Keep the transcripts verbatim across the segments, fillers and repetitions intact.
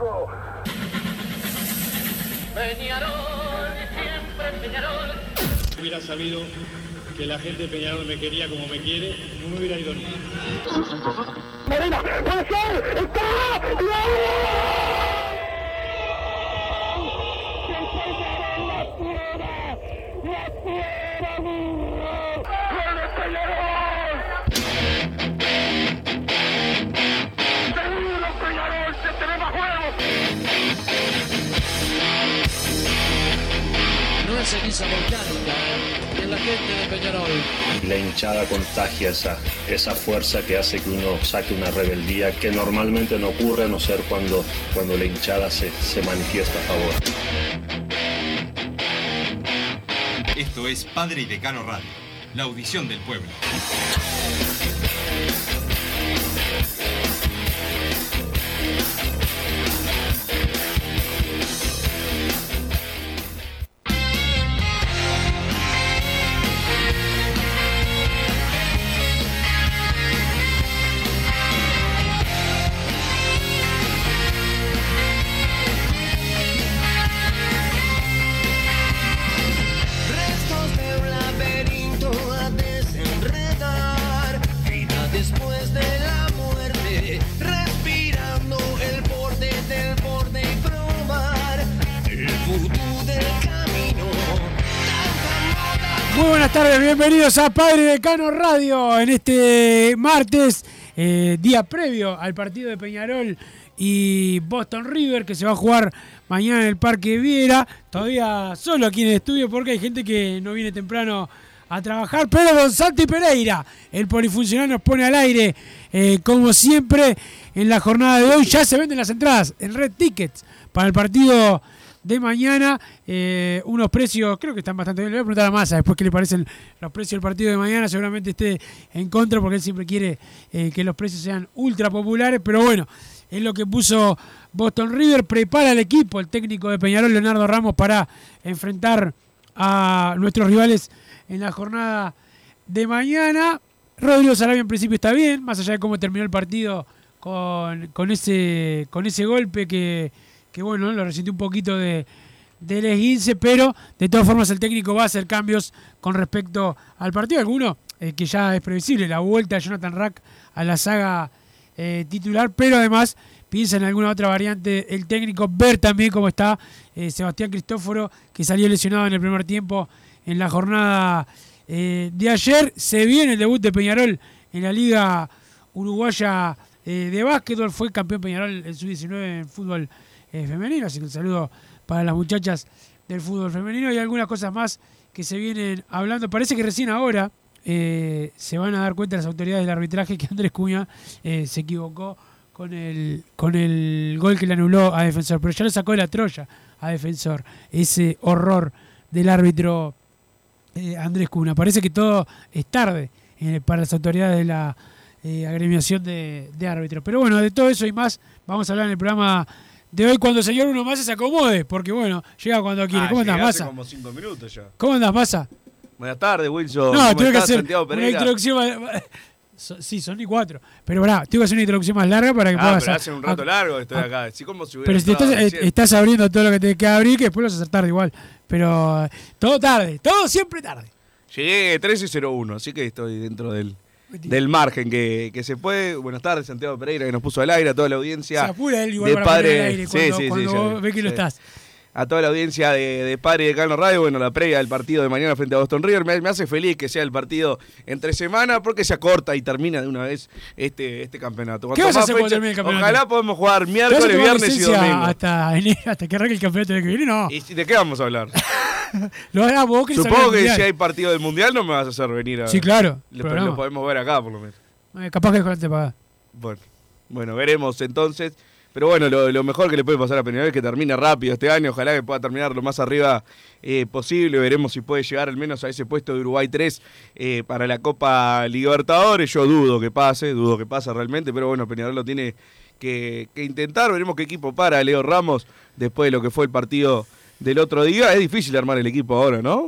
carajo! Peñarol, siempre Peñarol. Si hubiera sabido que la gente de Peñarol me quería como me quiere, no me hubiera ido ni. ¡Medina! ¡Puede ser! ¡Está! ¡No! No es ceniza volcánica, es la gente de Peñarol. La hinchada contagia esa, esa fuerza que hace que uno saque una rebeldía que normalmente no ocurre, a no ser cuando, cuando la hinchada se, se manifiesta a favor. Esto es Padre y Decano Radio, la audición del pueblo. Muy buenas tardes, bienvenidos a Padre Decano Radio en este martes, eh, día previo al partido de Peñarol y Boston River que se va a jugar mañana en el Parque Viera. Todavía solo aquí en el estudio porque hay gente que no viene temprano a trabajar, pero don Santi Pereira, el polifuncional, nos pone al aire eh, como siempre en la jornada de hoy. Ya se venden las entradas en Red Tickets para el partido de mañana, eh, unos precios creo que están bastante bien. Le voy a preguntar a Massa después qué le parecen los precios del partido de mañana. Seguramente esté en contra porque él siempre quiere eh, que los precios sean ultra populares, pero bueno, es lo que puso Boston River. Prepara el equipo, el técnico de Peñarol, Leonardo Ramos, para enfrentar a nuestros rivales en la jornada de mañana. Rodrigo Sarabia en principio está bien, más allá de cómo terminó el partido con, con, ese, con ese golpe que que bueno, lo resintió un poquito de, del esguince, pero de todas formas el técnico va a hacer cambios con respecto al partido. Alguno eh, que ya es previsible, la vuelta de Jonathan Rack a la saga eh, titular, pero además piensa en alguna otra variante el técnico, ver también cómo está eh, Sebastián Cristóforo, que salió lesionado en el primer tiempo en la jornada eh, de ayer. Se viene el debut de Peñarol en la Liga Uruguaya eh, de Básquetbol, fue campeón Peñarol en sub diecinueve en fútbol Eh, femenino, así que un saludo para las muchachas del fútbol femenino y algunas cosas más que se vienen hablando. Parece que recién ahora eh, se van a dar cuenta las autoridades del arbitraje que Andrés Cuña eh, se equivocó con el, con el gol que le anuló a Defensor, pero ya lo sacó de la Troya a Defensor, ese horror del árbitro eh, Andrés Cuña. Parece que todo es tarde eh, para las autoridades de la eh, agremiación de, de árbitros, pero bueno, de todo eso y más vamos a hablar en el programa de hoy, cuando el señor Uno Massa se acomode, porque bueno, llega cuando quiere. Ah, ¿Cómo andás, Massa? como cinco minutos ya. ¿Cómo andás, Massa? Buenas tardes, Wilson. No, ¿Cómo tuve que estás, hacer Santiago una Pereira? introducción más... Sí, son ni cuatro. Pero pará, tuve que hacer una introducción más larga para que ah, puedas... pero hace un rato a... largo que estoy a... acá. Sí, como si hubiera pero si te estás, recién. estás abriendo todo lo que te queda abrir, que después lo vas a hacer tarde igual. Pero todo tarde, todo siempre tarde. Llegué trece cero uno, así que estoy dentro del... del margen que, que se puede. Buenas tardes, Santiago Pereira, que nos puso al aire, a toda la audiencia. Se apura él igual de para padre, poner al aire sí, cuando, sí, cuando sí, vos sí, ves que sí. lo estás. A toda la audiencia de, de Padre y Decano Radio, bueno, la previa del partido de mañana frente a Boston River. Me, me hace feliz que sea el partido entre semana porque se acorta y termina de una vez este, este campeonato. ¿Qué Cuanto vas a más hacer cuando fecha- termine el campeonato? Ojalá podamos jugar ¿Te vas a miércoles, tomar viernes y licencia domingo. Hasta, enero, hasta que arranque el campeonato del que viene? No. ¿Y de qué vamos a hablar? Lo hará vos, que Supongo que si hay partido del Mundial no me vas a hacer venir a... Sí, claro. Lo, programa. lo podemos ver acá, por lo menos. Eh, capaz que te paga. Bueno, bueno, veremos entonces. Pero bueno, lo, lo mejor que le puede pasar a Peñarol es que termine rápido este año. Ojalá que pueda terminar lo más arriba eh, posible. Veremos si puede llegar al menos a ese puesto de Uruguay tres eh, para la Copa Libertadores. Yo dudo que pase, dudo que pase realmente. Pero bueno, Peñarol lo tiene que, que intentar. Veremos qué equipo para Leo Ramos después de lo que fue el partido del otro día. Es difícil armar el equipo ahora, ¿no?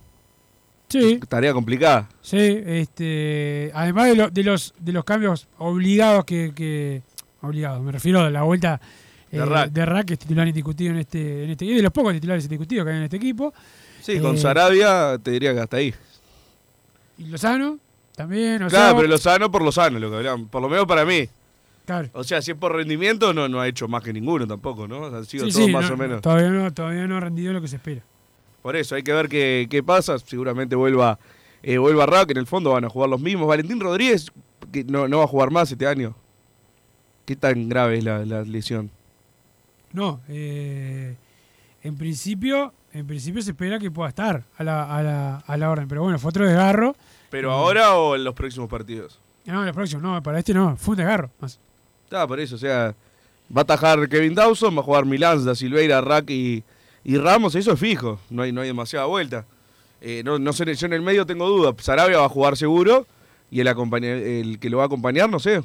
Sí. Tarea complicada. Sí, este, además de, lo, de los de los cambios obligados que, que obligados, me refiero a la vuelta eh, de Rack, que es titular indiscutido en este, en este y de los pocos titulares indiscutidos que hay en este equipo. Sí, con eh, Sarabia te diría que hasta ahí. Y Lozano también. Claro, Oseo, pero Lozano por Lozano, lo que hablamos, por lo menos para mí. Claro. O sea, si es por rendimiento, no, no ha hecho más que ninguno tampoco, ¿no? Han sido sí, todos sí, más no, o menos. Todavía no, todavía no ha rendido lo que se espera. Por eso, hay que ver qué, qué pasa. Seguramente vuelva, eh, vuelva Rack, en el fondo van a jugar los mismos. Valentín Rodríguez, que no, no va a jugar más este año. ¿Qué tan grave es la, la lesión? No, eh, en principio, en principio se espera que pueda estar a la, a la, a la orden. Pero bueno, fue otro desgarro. ¿Pero ahora o en los próximos partidos? No, en los próximos, no, para este no, fue un desgarro más. Ah, por eso, o sea, va a atajar Kevin Dawson, va a jugar Milán, Da Silveira, Rack y, y Ramos, eso es fijo, no hay, no hay demasiada vuelta. Eh, no, no sé, yo en el medio tengo dudas, Sarabia va a jugar seguro y el, el que lo va a acompañar, no sé.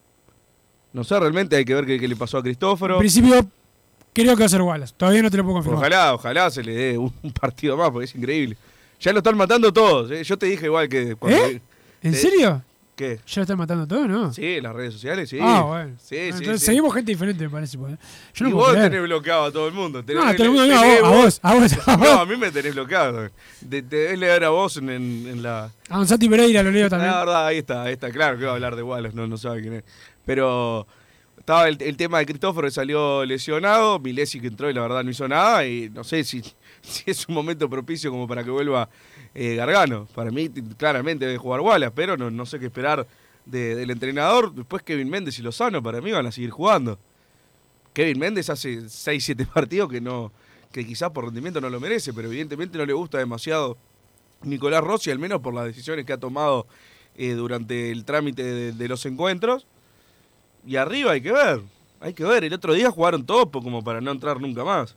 No sé, realmente hay que ver qué, qué le pasó a Cristóforo. En principio, creo que va a ser Wallace, todavía no te lo puedo confirmar. Ojalá, ojalá se le dé un, un partido más, porque es increíble. Ya lo están matando todos, ¿eh? Yo te dije igual que... Cuando ¿Eh? ¿En te, serio? ¿Qué? ¿Ya lo están matando todo, no? Sí, en las redes sociales, sí. Ah, bueno. Sí, bueno, sí, entonces sí. seguimos gente diferente, me parece. Pues. Yo no y puedo vos creer. tenés bloqueado a todo el mundo. Tenés, No, a todo el mundo no, tenés, a vos, a vos, a vos. No, a mí me tenés bloqueado. Te, te debes leer a vos en, en, en la... A Don Santi Pereira lo leo también. La verdad, ahí está, ahí está. Claro que va a hablar de Wallace, no, no sabe quién es. Pero estaba el, el tema de Cristóforo, que salió lesionado. Milesi que entró y la verdad no hizo nada. Y no sé si, si es un momento propicio como para que vuelva eh, Gargano. Para mí, claramente debe jugar Wallace, pero no, no sé qué esperar de, del entrenador. Después Kevin Méndez y Lozano, para mí van a seguir jugando. Kevin Méndez hace seis siete partidos que no que quizás por rendimiento no lo merece, pero evidentemente no le gusta demasiado Nicolás Rossi, al menos por las decisiones que ha tomado eh, durante el trámite de, de los encuentros. Y arriba hay que ver, hay que ver. El otro día jugaron topo como para no entrar nunca más.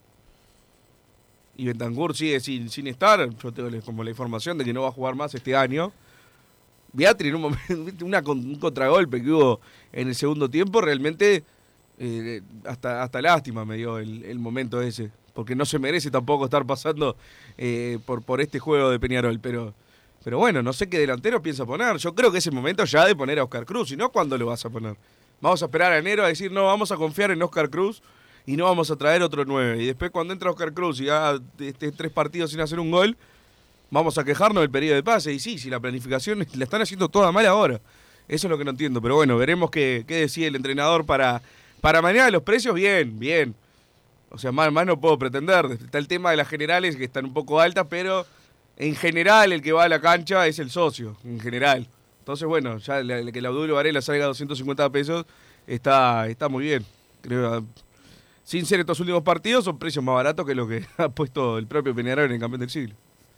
Y Bentancur sigue sin, sin estar. Yo tengo como la información de que no va a jugar más este año. Beatri en un momento, una, un contragolpe que hubo en el segundo tiempo, realmente eh, hasta, hasta lástima me dio el, el momento ese. Porque no se merece tampoco estar pasando eh, por, por este juego de Peñarol. Pero, pero bueno, no sé qué delantero piensa poner. Yo creo que es el momento ya de poner a Oscar Cruz. Si no, ¿cuándo lo vas a poner? Vamos a esperar a enero a decir, no, vamos a confiar en Oscar Cruz y no vamos a traer otro nueve. Y después cuando entra Oscar Cruz y haga este, tres partidos sin hacer un gol, vamos a quejarnos del periodo de pase. Y sí, si la planificación la están haciendo toda mal ahora. Eso es lo que no entiendo. Pero bueno, veremos qué, qué decide el entrenador para, para mañana. Los precios, bien, bien. O sea, más, más no puedo pretender. Está el tema de las generales que están un poco altas, pero en general el que va a la cancha es el socio, en general. Entonces, bueno, ya el que el Abdulio Varela salga a doscientos cincuenta pesos está, está muy bien. Creo, sin ser estos últimos partidos, son precios más baratos que lo que ha puesto el propio Peñarol en el campeón del siglo.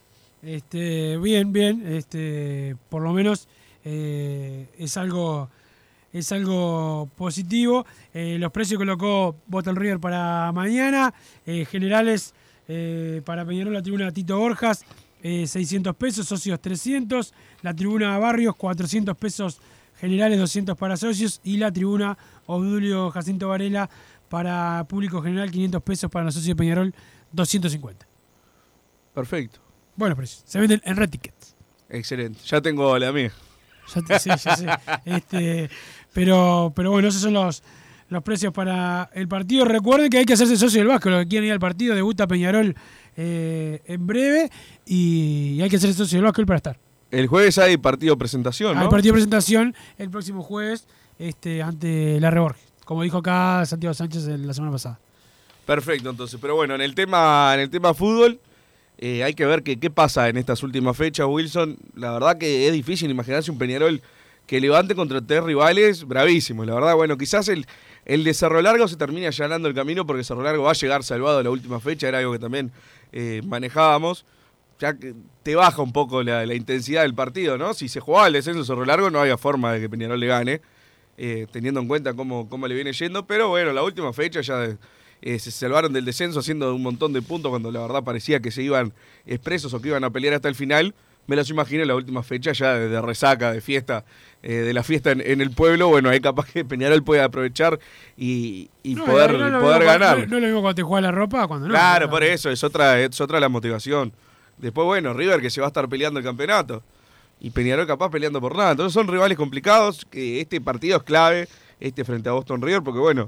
Este, bien, bien. Este, por lo menos eh, es algo es algo positivo. Eh, los precios que colocó Bottle River para mañana. Eh, generales eh, para Peñarol, la tribuna Tito Borjas. Eh, seiscientos pesos, socios trescientos, la tribuna Barrios cuatrocientos pesos generales, doscientos para socios, y la tribuna Obdulio Jacinto Varela para público general, quinientos pesos para los socios de Peñarol, doscientos cincuenta. Perfecto. Buenos precios, se venden en Red Tickets. Excelente, ya tengo la mía. Ya te, sí, ya sé. Este, pero, pero bueno, esos son los, los precios para el partido. Recuerden que hay que hacerse socio del Vasco, los que quieren ir al partido, debuta Peñarol Eh, en breve y hay que hacer socio del Vasco para estar. El jueves hay partido presentación, ¿no? Hay partido de presentación el próximo jueves este, ante la Reborges, como dijo acá Santiago Sánchez la semana pasada. Perfecto, entonces. Pero bueno, en el tema, en el tema fútbol, eh, hay que ver que, qué pasa en estas últimas fechas, Wilson. La verdad que es difícil imaginarse un Peñarol que levante contra tres rivales bravísimos. La verdad, bueno, quizás el, el de Cerro Largo se termine allanando el camino porque Cerro Largo va a llegar salvado a la última fecha, era algo que también eh, manejábamos. Ya que te baja un poco la, la intensidad del partido, ¿no? Si se jugaba el descenso Cerro Largo no había forma de que Peñarol le gane, eh, teniendo en cuenta cómo, cómo le viene yendo, pero bueno, la última fecha ya eh, se salvaron del descenso haciendo un montón de puntos cuando la verdad parecía que se iban expresos o que iban a pelear hasta el final. Me los imagino en la última fecha ya de, de resaca, de fiesta, eh, de la fiesta en, en el pueblo. Bueno, ahí capaz que Peñarol puede aprovechar y, y no, poder, no, no poder mismo, ganar. No, no es lo mismo cuando te juega la ropa, cuando no. Claro, no, por eso, es otra, es otra la motivación. Después, bueno, River que se va a estar peleando el campeonato. Y Peñarol capaz peleando por nada. Entonces son rivales complicados. Que este partido es clave, este frente a Boston River, porque bueno,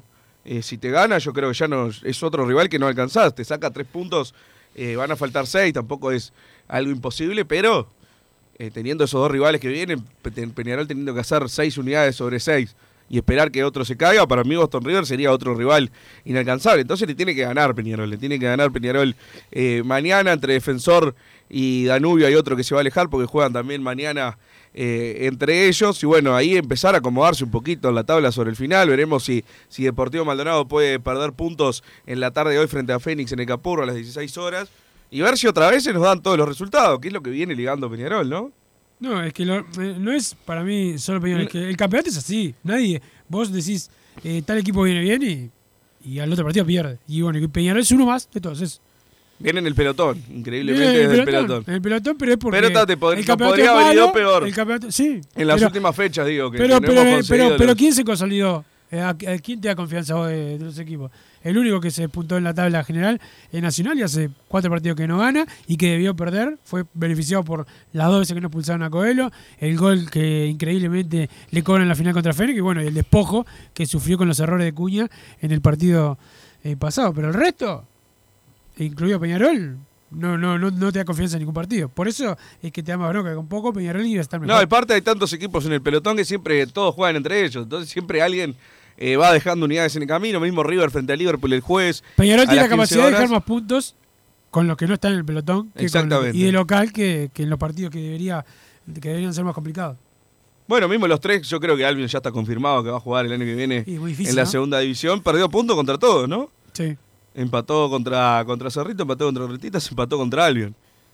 Eh, si te gana, yo creo que ya no es otro rival que no alcanzás. Te saca tres puntos, eh, van a faltar seis, tampoco es algo imposible, pero eh, teniendo esos dos rivales que vienen, Peñarol teniendo que hacer seis unidades sobre seis y esperar que otro se caiga, para mí Boston River sería otro rival inalcanzable. Entonces le tiene que ganar Peñarol, le tiene que ganar Peñarol eh, mañana. Entre Defensor y Danubio hay otro que se va a alejar porque juegan también mañana Eh, entre ellos, y bueno, ahí empezar a acomodarse un poquito en la tabla sobre el final. Veremos si, si Deportivo Maldonado puede perder puntos en la tarde de hoy frente a Fénix en el Capurro a las dieciséis horas, y ver si otra vez se nos dan todos los resultados, que es lo que viene ligando Peñarol, ¿no? No, es que lo, eh, no es para mí solo Peñarol, es que el campeonato es así. Nadie, vos decís, eh, tal equipo viene bien y, y al otro partido pierde. Y bueno, Peñarol es uno más de todos, es Viene en el pelotón, increíblemente Viene en desde el el pelotón, pelotón. En el pelotón, pero es porque Pero ta, te pod- el no campeonato podría es haber ido malo, peor. el campeonato- sí, En las pero, últimas fechas, digo, que, pero, que no pero, hemos pero, conseguido pero, los- ¿quién se consolidó? Eh, ¿A, a quién te da confianza vos de, de los equipos? El único que se puntó en la tabla general es Nacional y hace cuatro partidos que no gana y que debió perder. Fue beneficiado por las dos veces que no expulsaron a Coelho, el gol que increíblemente le cobran en la final contra Fénix y bueno, y el despojo que sufrió con los errores de Cuña en el partido eh, pasado. Pero el resto, incluido Peñarol, no, no, no, no te da confianza en ningún partido. Por eso es que te da más bronca. Con poco Peñarol iba a estar mejor. No, aparte hay tantos equipos en el pelotón que siempre todos juegan entre ellos. Entonces siempre alguien eh, va dejando unidades en el camino. Mismo River frente a Liverpool el jueves. Peñarol tiene la las quince capacidad de dejar horas. más puntos con los que no están en el pelotón que con- Exactamente. y de local que, que en los partidos que debería que deberían ser más complicados. Bueno, mismo los tres, yo creo que Albion ya está confirmado que va a jugar el año que viene Y muy difícil, en la ¿no? segunda división. Perdió puntos contra todos, ¿no? Sí. Empató contra, contra Cerrito, empató contra Retitas, empató contra Albion.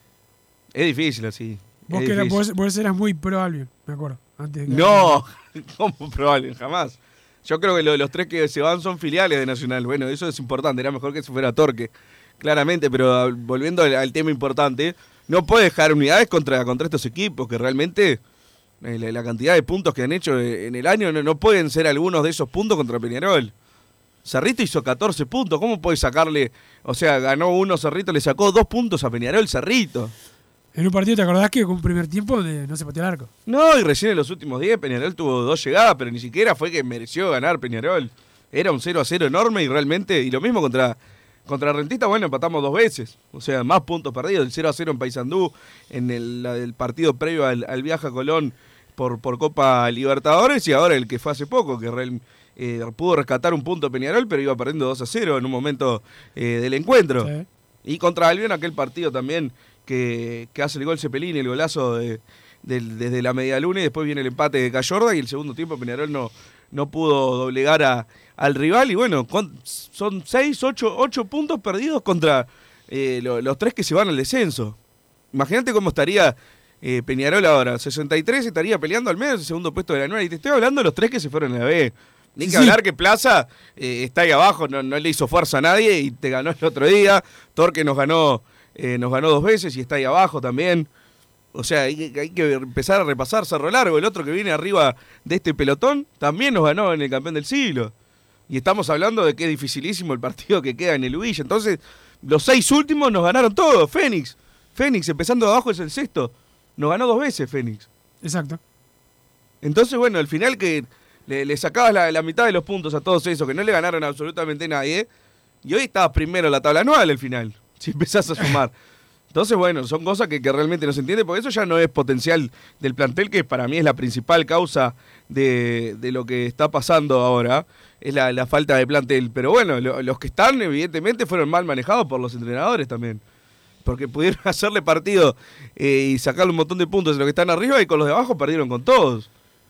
Es difícil así. Vos, es que eras, difícil. vos, vos eras muy pro Albion, me acuerdo. Antes de que- No, ¿cómo probable? Jamás. Yo creo que lo de los tres que se van son filiales de Nacional. Bueno, eso es importante. Era mejor que se fuera Torque, claramente. Pero ah, volviendo al, al tema importante, no puede dejar unidades contra, contra estos equipos que realmente eh, la, la cantidad de puntos que han hecho eh, en el año no, no pueden ser algunos de esos puntos contra Peñarol. Cerrito hizo catorce puntos. ¿Cómo puede sacarle? O sea, ganó uno Cerrito, le sacó dos puntos a Peñarol Cerrito. En un partido, ¿te acordás que con un primer tiempo de, no se pateó el arco? No, y recién en los últimos diez Peñarol tuvo dos llegadas, pero ni siquiera fue que mereció ganar Peñarol. Era un cero a cero enorme y realmente, y lo mismo contra, contra Rentistas, bueno, empatamos dos veces. O sea, más puntos perdidos, el cero a cero en Paysandú, en el, la- el partido previo al, al viaje a Colón por, por Copa Libertadores, y ahora el que fue hace poco, que real- eh, pudo rescatar un punto Peñarol, pero iba perdiendo dos a cero en un momento eh, del encuentro. Sí. Y contra Albion, aquel partido también que, que hace el gol Cepelini, el golazo de, del- desde la media luna, y después viene el empate de Cayorda, y el segundo tiempo Peñarol no, no pudo doblegar a, al rival. Y bueno, con- son seis, ocho, ocho puntos perdidos contra eh, lo- los tres que se van al descenso. Imagínate cómo estaría eh, Peñarol ahora. sesenta y tres estaría peleando al menos el segundo puesto de la nueva. Y te estoy hablando de los tres que se fueron a la B. Ni que Sí. hablar que Plaza eh, está ahí abajo, no, no le hizo fuerza a nadie y te ganó el otro día. Torque nos ganó, eh, nos ganó dos veces y está ahí abajo también. O sea, hay, que- hay que empezar a repasar Cerro Largo. El otro que viene arriba de este pelotón también nos ganó en el campeón del siglo. Y estamos hablando de que es dificilísimo el partido que queda en el Ubilla. Entonces, los seis últimos nos ganaron todos. Fénix, Fénix, empezando de abajo es el sexto. Nos ganó dos veces Fénix. Exacto. Entonces, bueno, al final que le, le sacabas la, la mitad de los puntos a todos esos, que no le ganaron absolutamente nadie, y hoy estabas primero en la tabla anual al final, si empezás a sumar. Entonces, bueno, son cosas que, que realmente no se entiende, porque eso ya no es potencial del plantel, que para mí es la principal causa de, de lo que está pasando ahora, es la, la falta de plantel. Pero bueno, lo- los que están, evidentemente, fueron mal manejados por los entrenadores también. Porque pudieron hacerle partido eh, y sacarle un montón de puntos a los que están arriba, y con los de abajo perdieron con todos.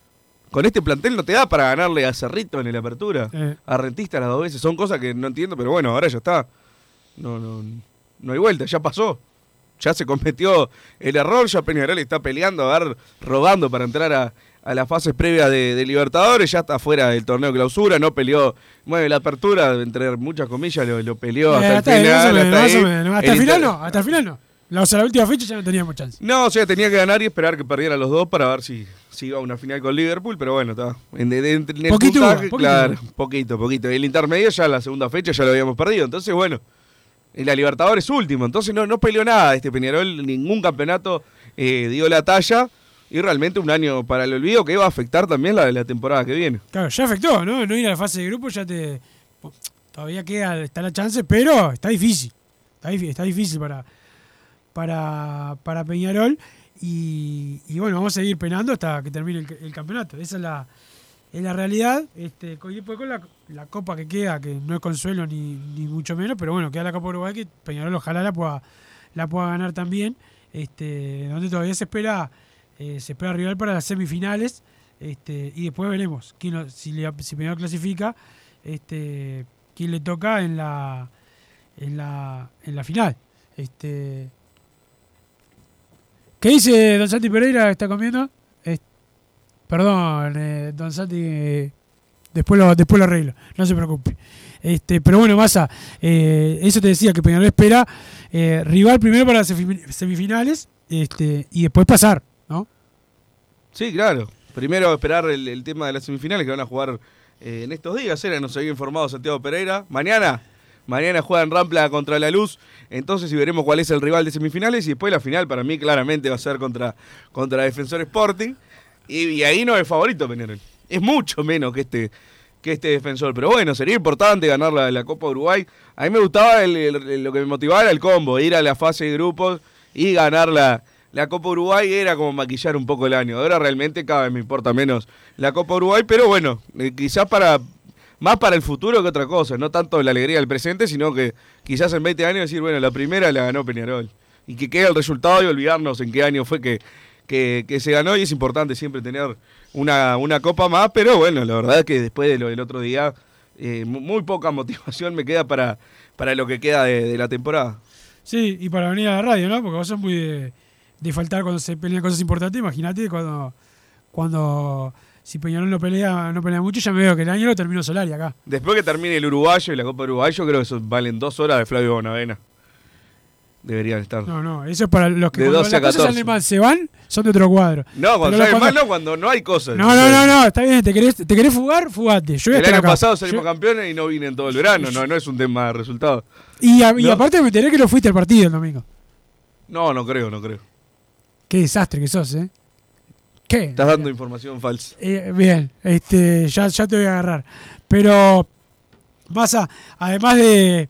Con este plantel no te da para ganarle a Cerrito en la apertura, Eh. a Rentista las dos veces. Son cosas que no entiendo, pero bueno, ahora ya está. No, no, no hay vuelta, ya pasó. Ya se cometió el error, ya Peñarol está peleando, a ver, robando para entrar a, a las fases previas de, de Libertadores, ya está fuera del torneo de clausura, no peleó, bueno, la apertura, entre muchas comillas, lo, lo peleó Eh, hasta, hasta el ahí, más o final. menos, hasta más o ahí. menos. Hasta el final inter- no, hasta el final no. La- O sea, la última fecha ya no teníamos chance. No, o sea, tenía que ganar y esperar que perdieran los dos para ver si, si iba a una final con Liverpool, pero bueno, está. En, de- de- en el Poquito puntaje, hubo, poquito claro, hubo. poquito, poquito. El intermedio ya la segunda fecha ya lo habíamos perdido, entonces bueno, en la Libertadores último, entonces no, no peleó nada este Peñarol, ningún campeonato eh, dio la talla, y realmente un año para el olvido que va a afectar también la, la temporada que viene. Claro, ya afectó, ¿no? No ir a la fase de grupo ya te, todavía queda, está la chance, pero está difícil. Está difícil, está difícil para, para, para Peñarol. Y, y bueno, vamos a seguir penando hasta que termine el, el campeonato. Esa es la, es la realidad. Este, con, con la, la copa que queda, que no es consuelo ni, ni mucho menos, pero bueno, queda la Copa Uruguay que Peñarol ojalá la pueda, la pueda ganar también. Este, donde todavía se espera, eh, se espera rival para las semifinales. Este, y después veremos quién lo, si, le, si Peñarol clasifica, este, quién le toca en la en la en la final. Este, ¿qué dice Don Santi Pereira? ¿Está comiendo? Eh, perdón, eh, Don Santi, eh, después lo después lo arreglo, no se preocupe. Este, pero bueno, Massa, eh, eso te decía que Peñarol espera eh, rival primero para las semifinales, este, y después pasar, ¿no? Sí, claro. Primero esperar el, el tema de las semifinales que van a jugar eh, en estos días. Era, nos había informado Santiago Pereira. Mañana, mañana juegan Rampla contra La Luz. Entonces, y veremos cuál es el rival de semifinales. Y después la final, para mí, claramente va a ser contra, contra Defensor Sporting. Y, y ahí no es favorito Peñarol. Es mucho menos que este, que este Defensor. Pero bueno, sería importante ganar la, la Copa Uruguay. A mí me gustaba, el, el, lo que me motivaba era el combo. Ir a la fase de grupos y ganar la... La Copa Uruguay era como maquillar un poco el año. Ahora realmente cada vez me importa menos la Copa Uruguay, pero bueno, eh, quizás para más para el futuro que otra cosa. No tanto la alegría del presente, sino que quizás en veinte años decir, bueno, la primera la ganó Peñarol. Y que quede el resultado y olvidarnos en qué año fue que, que, que se ganó. Y es importante siempre tener una, una copa más, pero bueno, la verdad es que después de lo del otro día, eh, muy poca motivación me queda para, para lo que queda de, de la temporada. Sí, y para venir a la radio, ¿no? Porque vos sos muy... de... de faltar cuando se pelean cosas importantes. Imagínate cuando cuando si Peñarol no pelea no pelea mucho, ya me veo que el año lo terminó Solari acá. Después que termine el uruguayo y la Copa Uruguay, yo creo que eso valen dos horas de Flavio Bonavena. Deberían estar. No, no, eso es para los que de cuando las cosas salen mal se van, son de otro cuadro. No, cuando salen mal no, cuando no hay cosas. No, no, no, no, está bien, te querés, te querés fugar, fugate. Yo voy a el estar año acá. pasado salimos yo... campeones y no vine en todo el verano, no, no es un tema de resultados. Y, a, y no. aparte me enteré que no fuiste al partido el domingo. No, no creo, no creo. Qué desastre que sos, ¿eh? ¿Qué? Estás dando información falsa. Eh, bien, este, ya, ya te voy a agarrar. Pero, Massa, además de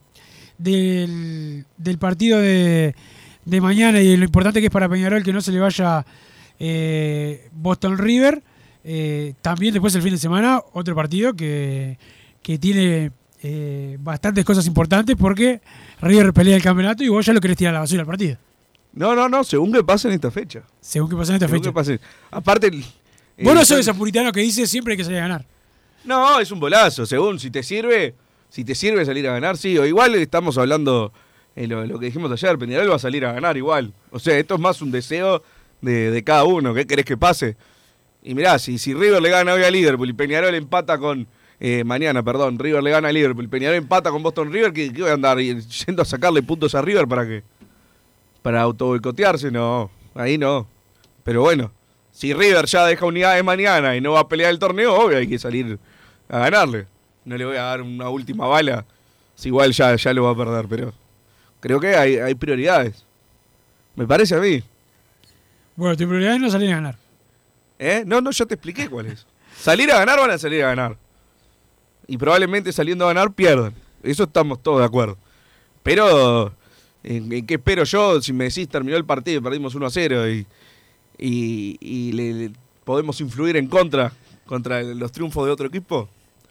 del, del partido de, de mañana y lo importante que es para Peñarol que no se le vaya eh, Boston River, eh, también después el fin de semana otro partido que, que tiene eh, bastantes cosas importantes porque River pelea el campeonato y vos ya lo querés tirar a la basura al partido. No, no, no, según que pase en esta fecha. Según que pase en esta según fecha. Que pase. Aparte... El, vos no el, sos ese puritano que dice siempre hay que salir a ganar. No, es un bolazo. Según si te sirve, si te sirve salir a ganar, sí. O igual estamos hablando, eh, lo, lo que dijimos ayer, Peñarol va a salir a ganar igual. O sea, esto es más un deseo de, de cada uno. ¿Qué querés que pase? Y mirá, si, si River le gana hoy a Liverpool y Peñarol empata con... Eh, mañana, perdón, River le gana a Liverpool, Peñarol empata con Boston River, ¿qué, qué voy a andar yendo a sacarle puntos a River para qué? Para autoboicotearse, no, ahí no. Pero bueno, si River ya deja unidades mañana y no va a pelear el torneo, obvio hay que salir a ganarle. No le voy a dar una última bala, si igual ya, ya lo va a perder, pero creo que hay, hay prioridades. Me parece a mí. Bueno, tu prioridad es no salir a ganar. ¿Eh? No, no, yo te expliqué cuál es. Salir a ganar van a salir a ganar. Y probablemente saliendo a ganar pierdan. Eso estamos todos de acuerdo. Pero... ¿En, ¿En qué espero yo? Si me decís terminó el partido y perdimos uno a cero y, y, y le, le podemos influir en contra contra los triunfos de otro equipo.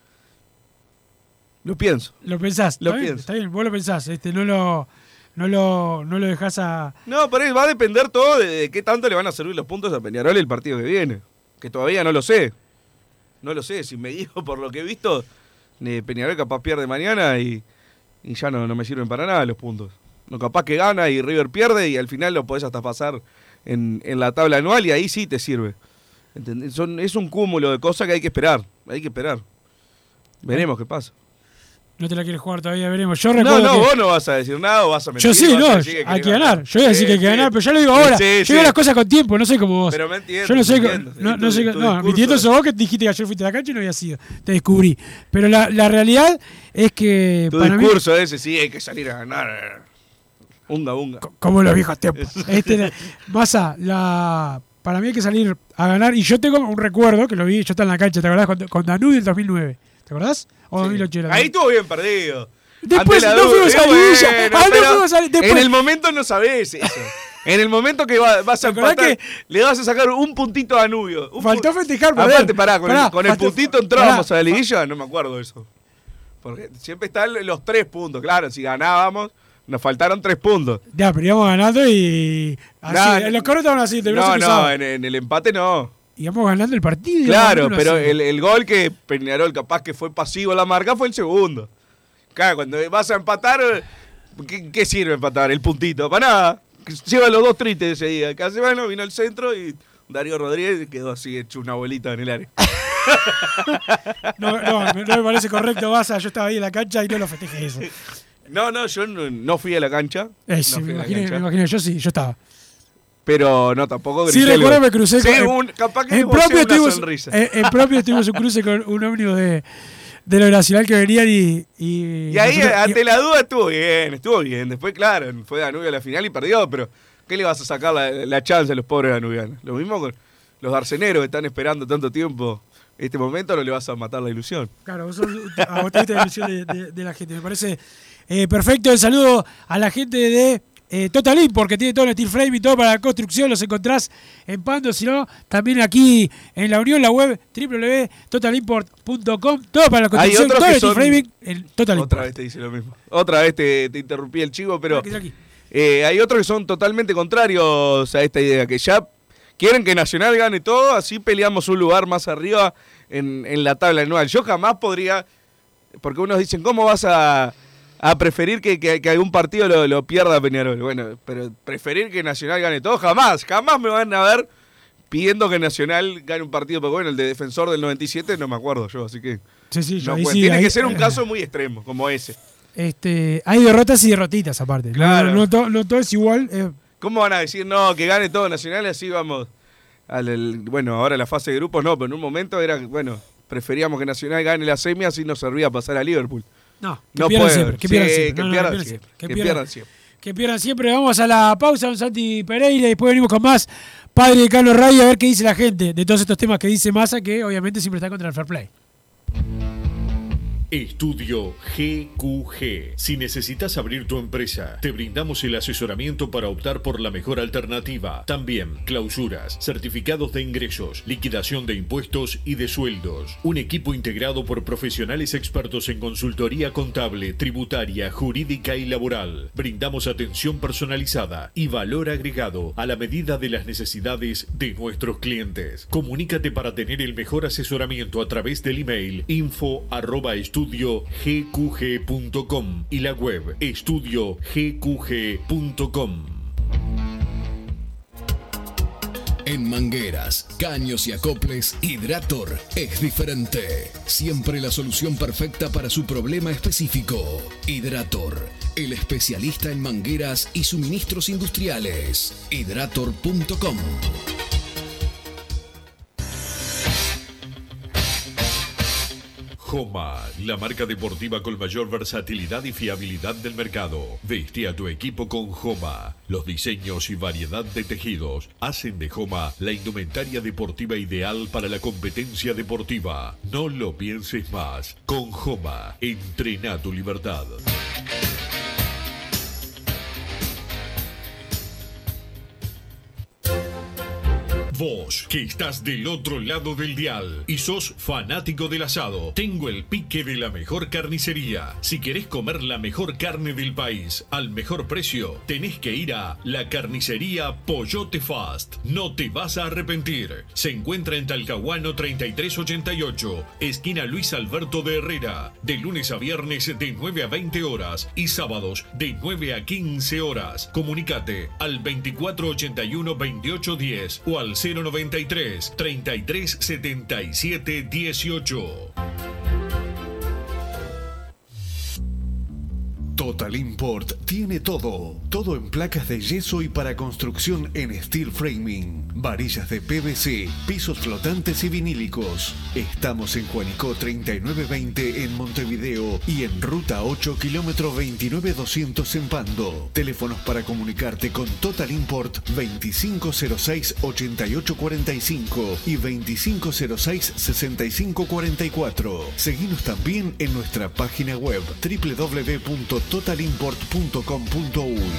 Lo pienso. Lo pensás. Lo está pienso. Bien, está bien, vos lo pensás. Este, no lo no lo, no lo dejás a... No, pero va a depender todo de, de qué tanto le van a servir los puntos a Peñarol el partido que viene. Que todavía no lo sé. No lo sé. Si me guío por lo que he visto, eh, Peñarol capaz pierde mañana y, y ya no, no me sirven para nada los puntos. No, capaz que gana y River pierde y al final lo podés hasta pasar en, en la tabla anual y ahí sí te sirve. Son, es un cúmulo de cosas que hay que esperar. Hay que esperar. Veremos qué pasa. No te la quieres jugar todavía, veremos. Yo no, recuerdo no, que... vos no vas a decir nada o vas a mentir. Yo sí, no, que hay que ganar. ganar. Yo voy a decir sí, que hay que sí. ganar, pero yo lo digo ahora. Sí, yo sí. veo las cosas con tiempo, no sé cómo vos. Pero me entiendo. Yo no sé, me entiendo. no, no Tu- sé, tu no, discurso. mi tieto sos vos que dijiste que ayer fuiste a la cancha y no había sido. Te descubrí. Pero la, la realidad es que Tu para discurso ese, sí, hay que salir a ganar. Unga, unga. mí, como en los viejos tiempos. Este, Massa, la, para mí hay que salir a ganar. Y yo tengo un recuerdo, que lo vi, yo estaba en la cancha, ¿te acordás? Con, con Danubio en dos mil nueve. ¿Te acordás? O Sí. dos mil ocho era. Ahí estuvo bien perdido. Después Ante la no duda, fuimos a bueno, liguilla. Ah, no pero fuimos a li- después- En el momento no sabés eso. En el momento que va- vas a ¿Te acordás empatar, que- le vas a sacar un puntito a Danubio. Un Faltó pu- festejar, Aparte, perder. pará, con, Pará, el, con el faltó- puntito entrábamos pará. a la liguilla, no me acuerdo de eso. Porque siempre están los tres puntos. Claro, si ganábamos, nos faltaron tres puntos. Ya, pero íbamos ganando y. Así, No, los corros estaban así, de No, brazos no, cruzados. en, en el empate no. Íbamos ganando el partido. Claro, íbamos pero ganando el, el gol que Peñarol capaz que fue pasivo a la marca fue el segundo. Claro, cuando vas a empatar, ¿qué, qué sirve empatar? El puntito, para nada. Lleva los dos tristes ese día. Casi bueno, vino al centro y Darío Rodríguez quedó así hecho una bolita en el área. No, no, no me parece correcto, Baza. Yo estaba ahí en la cancha y no lo festejé eso. No, no, yo no, no fui a la cancha. Eh, no sí, fui me, a la imaginé, cancha. me imaginé, yo sí, yo estaba. Pero no, tampoco Sí, grité el recuerdo gol. me crucé Sí, con. un- capaz que en esbocé propio una tuvimos, sonrisa. en, en propio tuvimos un cruce con un ómnibus de, de lo nacional que venían y. Y, Y ahí, nosotros- ante y- la duda, estuvo bien, estuvo bien. Después, claro, fue Danubio a la final y perdió, pero ¿qué le vas a sacar la, la chance a los pobres danubianos? Lo mismo con los arceneros que están esperando tanto tiempo. Este momento no le vas a matar la ilusión. Claro, vos sos, a vos te diste la ilusión de, de- de la gente. Me parece eh, perfecto. El saludo a la gente de eh, Total Import, que tiene todo el steel frame y todo para la construcción. Los encontrás en Pando, si no, también aquí en la Unión, la web doble u doble u doble u punto total import punto com. Todo para la construcción, otros todo que el steel son- framing en Total Import. Otra vez te dice lo mismo. Otra vez te, te interrumpí el chivo, pero Tranqui, tranqui. eh, hay otros que son totalmente contrarios a esta idea, que ya quieren que Nacional gane todo, así peleamos un lugar más arriba en, en la tabla anual. Yo jamás podría, porque unos dicen, ¿cómo vas a, a preferir que, que- que algún partido lo, lo pierda Peñarol? Bueno, pero preferir que Nacional gane todo, jamás, jamás me van a ver pidiendo que Nacional gane un partido, porque bueno, el de Defensor del noventa y siete no me acuerdo yo, así que Sí, sí, yo no ahí cuenta. sí, Tiene ahí- que ser un caso muy extremo, como ese. Este, hay derrotas y derrotitas aparte. No- Claro. No, no to- no todo es igual. eh, ¿Cómo van a decir, no, que gane todo Nacional y así vamos? Al, el- bueno, ahora la fase de grupos no, pero en un momento era, bueno, preferíamos que Nacional gane la semi, así nos servía pasar a Liverpool. no, que No pierdan puede. siempre. Que Sí, pierdan siempre. que No, no, pierdan pierdan siempre. Que Que pierdan pierdan siempre. Que pierdan siempre. Vamos a la pausa, don Santi Pereira, y después venimos con más Padre de Cano Radio a ver qué dice la gente de todos estos temas que dice Massa, que obviamente siempre está contra el fair play. Estudio G Q G. Si necesitas abrir tu empresa, te brindamos el asesoramiento para optar por la mejor alternativa. También clausuras, certificados de ingresos, liquidación de impuestos y de sueldos. Un equipo integrado por profesionales expertos en consultoría contable, tributaria, jurídica y laboral. Brindamos atención personalizada y valor agregado a la medida de las necesidades de nuestros clientes. Comunícate para tener el mejor asesoramiento a través del email info arroba estudio g q g punto com y la web estudio g q g punto com. En mangueras, caños y acoples, Hidrator es diferente. Siempre la solución perfecta para su problema específico. Hidrator, el especialista en mangueras y suministros industriales. hidrator punto com. Joma, la marca deportiva con mayor versatilidad y fiabilidad del mercado. Veste a tu equipo con Joma. Los diseños y variedad de tejidos hacen de Joma la indumentaria deportiva ideal para la competencia deportiva. No lo pienses más. Con Joma, entrena tu libertad. Vos, que estás del otro lado del dial y sos fanático del asado, tengo el pique de la mejor carnicería. Si querés comer la mejor carne del país al mejor precio, tenés que ir a la carnicería Pollote Fast. No te vas a arrepentir. Se encuentra en Talcahuano treinta y tres ochenta y ocho, esquina Luis Alberto de Herrera, de lunes a viernes de nueve a veinte horas y sábados de nueve a quince horas. Comunicate al veinticuatro ochenta y uno veintiocho diez o al cero noventa y tres treinta y tres setenta y siete dieciocho. Total Import tiene todo. Todo en placas de yeso y para construcción en steel framing. Varillas de P V C, pisos flotantes y vinílicos. Estamos en Juanico treinta y nueve veinte en Montevideo y en Ruta ocho, kilómetro veintinueve doscientos en Pando. Teléfonos para comunicarte con Total Import veinticinco cero seis, ochenta y ocho cuarenta y cinco y veinticinco cero seis, sesenta y cinco cuarenta y cuatro. Seguinos también en nuestra página web doble u doble u doble u punto total import punto com punto u y.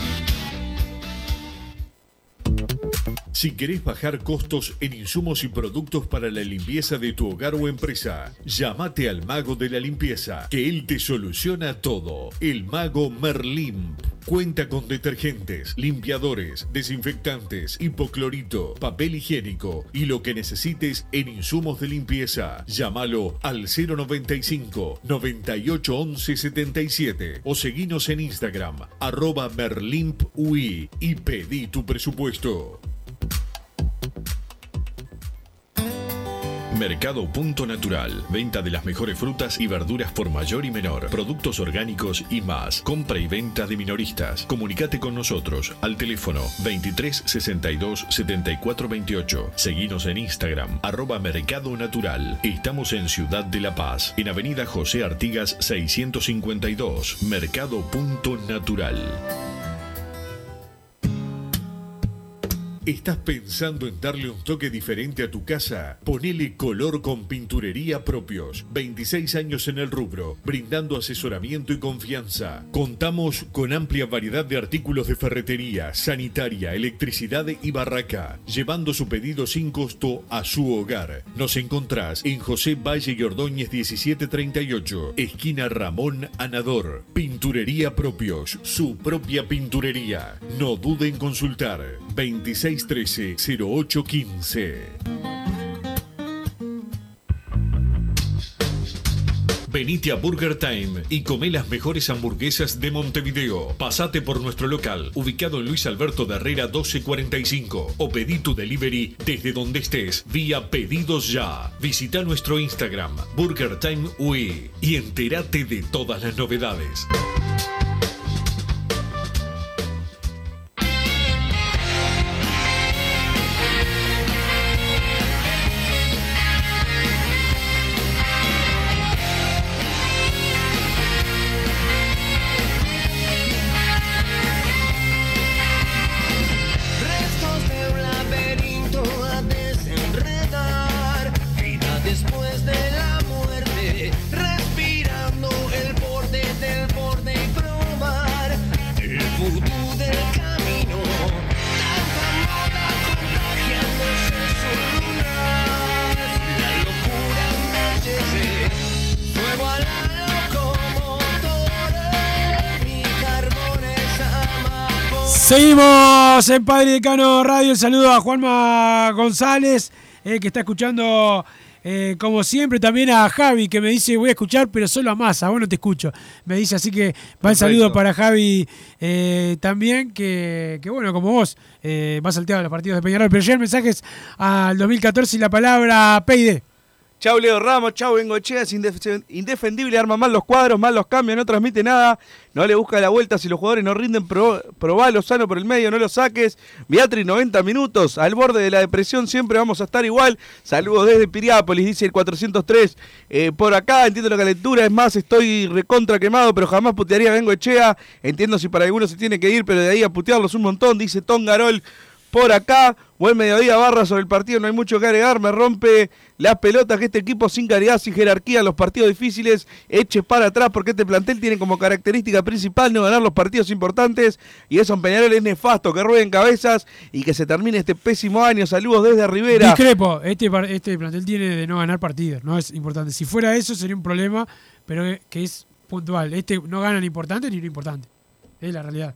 Si querés bajar costos en insumos y productos para la limpieza de tu hogar o empresa, llámate al mago de la limpieza, que él te soluciona todo. El mago Merlimp. Cuenta con detergentes, limpiadores, desinfectantes, hipoclorito, papel higiénico y lo que necesites en insumos de limpieza. Llámalo al cero noventa y cinco, noventa y ocho, once, setenta y siete o seguinos en Instagram, arroba merlimpui y pedí tu presupuesto. Mercado Punto Natural. Venta de las mejores frutas y verduras por mayor y menor. Productos orgánicos y más. Compra y venta de minoristas. Comunicate con nosotros al teléfono veintitrés, sesenta y dos, setenta y cuatro veintiocho. Seguinos en Instagram, arroba Mercado Natural. Estamos en Ciudad de La Paz, en Avenida José Artigas seiscientos cincuenta y dos. Mercado Punto Natural. ¿Estás pensando en darle un toque diferente a tu casa? Ponele color con Pinturería Propios. veintiséis años en el rubro, brindando asesoramiento y confianza. Contamos con amplia variedad de artículos de ferretería, sanitaria, electricidad y barraca, llevando su pedido sin costo a su hogar. Nos encontrás en José Valle y Ordóñez diecisiete treinta y ocho, esquina Ramón Anador. Pinturería Propios, su propia pinturería. No dude en consultar. veintiséis trece, cero ocho quince. Venite a Burger Time y come las mejores hamburguesas de Montevideo. Pasate por nuestro local, ubicado en Luis Alberto de Herrera doce cuarenta y cinco, o pedí tu delivery desde donde estés, vía Pedidos Ya. Visita nuestro Instagram, Burger Time U E, y entérate de todas las novedades. Seguimos en Padre y Decano Radio. El saludo a Juanma González, eh, que está escuchando eh, como siempre. También a Javi, que me dice voy a escuchar, pero solo a Massa, vos no te escucho. Me dice, así que va el saludo para Javi eh, también, que, que bueno, como vos, eh, va salteado a los partidos de Peñarol. Pero llegan mensajes al dos mil catorce y la palabra P I D. Chau Leo Ramos, chau Bengochea, es indef- indefendible, arma mal los cuadros, mal los cambios, no transmite nada, no le busca la vuelta, si los jugadores no rinden, pro, probá Lozano por el medio, no lo saques. Beatriz, noventa minutos, al borde de la depresión, siempre vamos a estar igual. Saludos desde Piriápolis, dice el cuatrocientos tres, eh, por acá, entiendo la calentura, es más, estoy recontra quemado, pero jamás putearía a Bengochea, entiendo si para algunos se tiene que ir, pero de ahí a putearlos un montón, dice Ton Garol. Por acá, buen mediodía, Barra, sobre el partido, no hay mucho que agregar, me rompe las pelotas que este equipo sin calidad, sin jerarquía en los partidos difíciles eche para atrás, porque este plantel tiene como característica principal no ganar los partidos importantes, y eso en Peñarol es nefasto, que rueden cabezas y que se termine este pésimo año. Saludos desde Rivera. Discrepo, este, este plantel tiene de no ganar partidos, no es importante. Si fuera eso sería un problema, pero que es puntual. Este no gana ni importante ni no importante, es la realidad.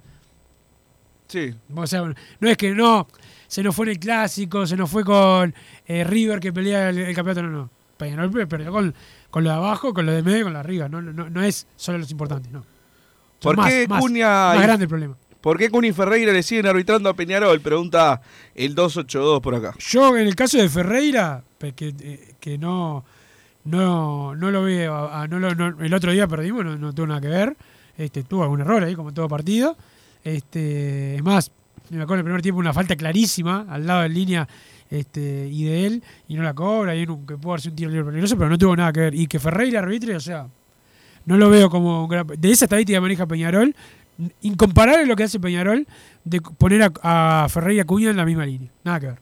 Sí. O sea, no es que no, se nos fue en el clásico, se nos fue con eh, River que pelea el, el campeonato, no, no. Peñarol perdió con, con lo de abajo, con lo de medio y con lo de arriba, no, no, no es solo los importantes, no. Son ¿Por más, qué más, Cunha más grande el problema? ¿Por qué Cunha y Ferreira le siguen arbitrando a Peñarol? Pregunta el dos ocho dos por acá. Yo, en el caso de Ferreira, que, eh, que no, no, no lo veo, a, no lo, no, el otro día perdimos, no, no tuvo nada que ver. Este, tuvo algún error ahí, como en todo partido. Este, es más, me acuerdo en el primer tiempo una falta clarísima al lado de línea este, y de él, y no la cobra, y uno que pudo darse un tiro libre peligroso, pero no tuvo nada que ver. Y que Ferreira arbitre, o sea, no lo veo como un gran... De esa estadística que maneja Peñarol, incomparable lo que hace Peñarol de poner a, a Ferreira y a Cunha en la misma línea. Nada que ver.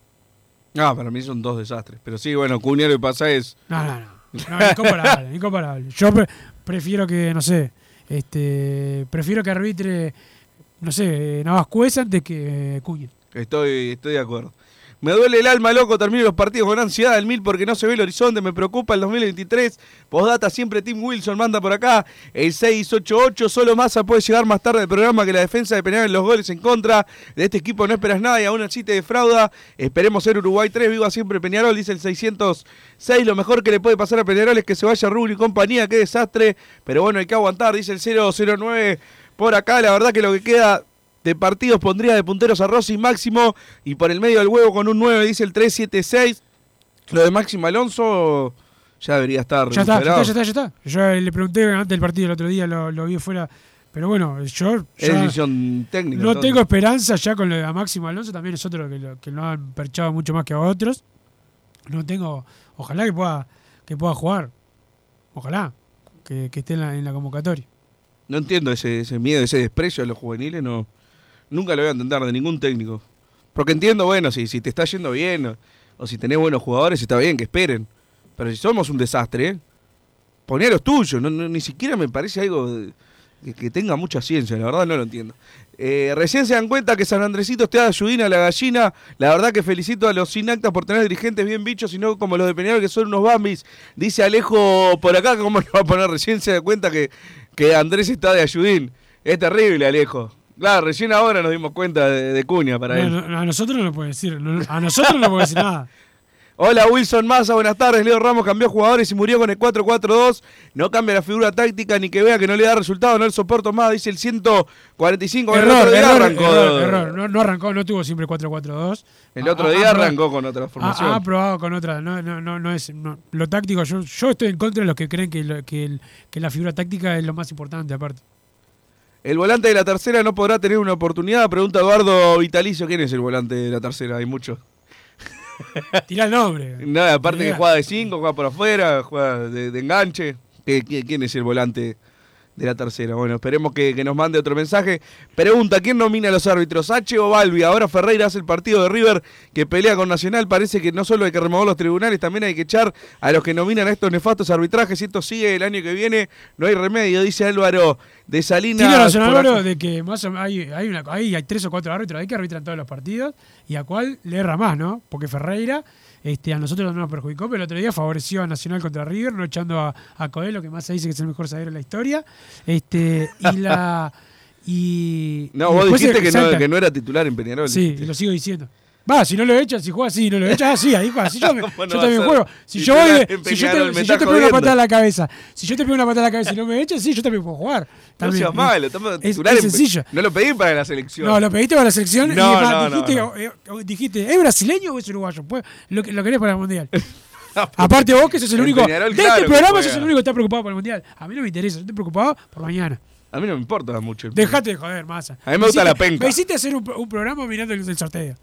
No, para mí son dos desastres. Pero sí, bueno, Cunha lo que pasa es... No, no, no. no incomparable, incomparable. Yo pre prefiero que, no sé, este prefiero que arbitre, no sé, Navas Cuesa antes que Cunha. Estoy, estoy de acuerdo. Me duele el alma, loco, termino los partidos con ansiedad del mil porque no se ve el horizonte, me preocupa el dos mil veintitrés. Postdata, siempre Tim Wilson manda por acá. El seis ocho ocho, solo Massa puede llegar más tarde al programa que la defensa de Peñarol en los goles en contra. De este equipo no esperas nada y aún así te defrauda. Esperemos ser Uruguay tres, viva siempre Peñarol, dice el seiscientos seis. Lo mejor que le puede pasar a Peñarol es que se vaya Rubio y compañía, qué desastre. Pero bueno, hay que aguantar, dice el cero cero nueve por acá. La verdad que lo que queda de partidos pondría de punteros a Rossi Máximo y por el medio del huevo con un nueve, dice el tres siete seis. Lo de Máximo Alonso ya debería estar ya está, ya está, ya está, ya está. Yo le pregunté antes del partido el otro día, lo, lo vi fuera, pero bueno, yo es decisión técnica. No entonces. tengo esperanza ya con lo de Máximo Alonso, también es otro que lo, que lo han perchado mucho más que a otros. No tengo, ojalá que pueda que pueda jugar, ojalá que, que esté en la, en la convocatoria. No entiendo ese, ese miedo, ese desprecio a los juveniles, no. Nunca lo voy a entender de ningún técnico. Porque entiendo, bueno, si, si te está yendo bien o, o si tenés buenos jugadores, está bien, que esperen. Pero si somos un desastre, ¿eh? Poné a los tuyos. No, no, ni siquiera me parece algo de, que, que tenga mucha ciencia. La verdad no lo entiendo. Eh, recién se dan cuenta que San Andresito te da ayudina a la gallina. La verdad que felicito a los sin actas por tener dirigentes bien bichos y no como los de Peñarol que son unos bambis. Dice Alejo por acá, ¿cómo le va a poner? Recién se da cuenta que, que Andrés está de ayudín. Es terrible, Alejo. Claro, recién ahora nos dimos cuenta de, de Cunha para no, él. No, a nosotros no lo puede decir. No, a nosotros no puede decir nada. Hola Wilson Massa, buenas tardes. Leo Ramos cambió jugadores y murió con el cuatro cuatro dos. No cambia la figura táctica ni que vea que no le da resultado. No le soporto más, dice el ciento cuarenta y cinco. Error, el otro día error, arrancó. Error, error. No, no arrancó, no tuvo siempre cuatro cuatro dos. El otro día ha, arrancó con otra formación. Ha, ha probado con otra. No, no, no, no es no, lo táctico. Yo, yo estoy en contra de los que creen que, lo, que, el, que la figura táctica es lo más importante aparte. El volante de la tercera no podrá tener una oportunidad. Pregunta Eduardo Vitalicio. ¿Quién es el volante de la tercera? Hay muchos. Tira el nombre. No, aparte Tira. que juega de cinco, juega por afuera, juega de, de enganche. ¿Quién es el volante de la tercera? Bueno, esperemos que, que nos mande otro mensaje. Pregunta, ¿quién nomina a los árbitros? ¿H o Balbi? Ahora Ferreira hace el partido de River que pelea con Nacional. Parece que no solo hay que remover los tribunales, también hay que echar a los que nominan a estos nefastos arbitrajes. Si esto sigue el año que viene, no hay remedio, dice Álvaro de Salinas. Tiene razón Álvaro de que más o menos hay, hay, una, hay, hay tres o cuatro árbitros ahí que arbitran todos los partidos y a cuál le erra más, ¿no? Porque Ferreira... Este, a nosotros no nos perjudicó, pero el otro día favoreció a Nacional contra River, no echando a, a Coelho, que más se dice que es el mejor zaguero de la historia. Este, y la. Y, no, y vos dijiste que no, que no era titular en Peñarol. Sí, y lo sigo diciendo. Va, si no lo echan, si juega así, no lo echan, ah, sí, ahí va. Si yo, me, yo también juego. Si yo voy de, si yo te, si yo te pego una patada a la cabeza, si yo te pego una patada a la cabeza y no me echan, sí, yo también puedo jugar. También. No seas malo, estamos titular. Es, es sencillo. No lo pedí para la selección. No, lo pediste para la selección no, y además no, dijiste, no, no. Eh, dijiste, ¿es brasileño o es uruguayo? Pues, lo, lo querés para el Mundial. Aparte vos que sos el único, Peñarol, de claro este programa sos el único que está preocupado por el Mundial. A mí no me interesa, yo estoy preocupado por mañana. A mí no me importa mucho. El Dejate de joder, Massa. A mí me gusta hiciste, la penca. Me hiciste hacer un, un programa mirando el, el sorteo.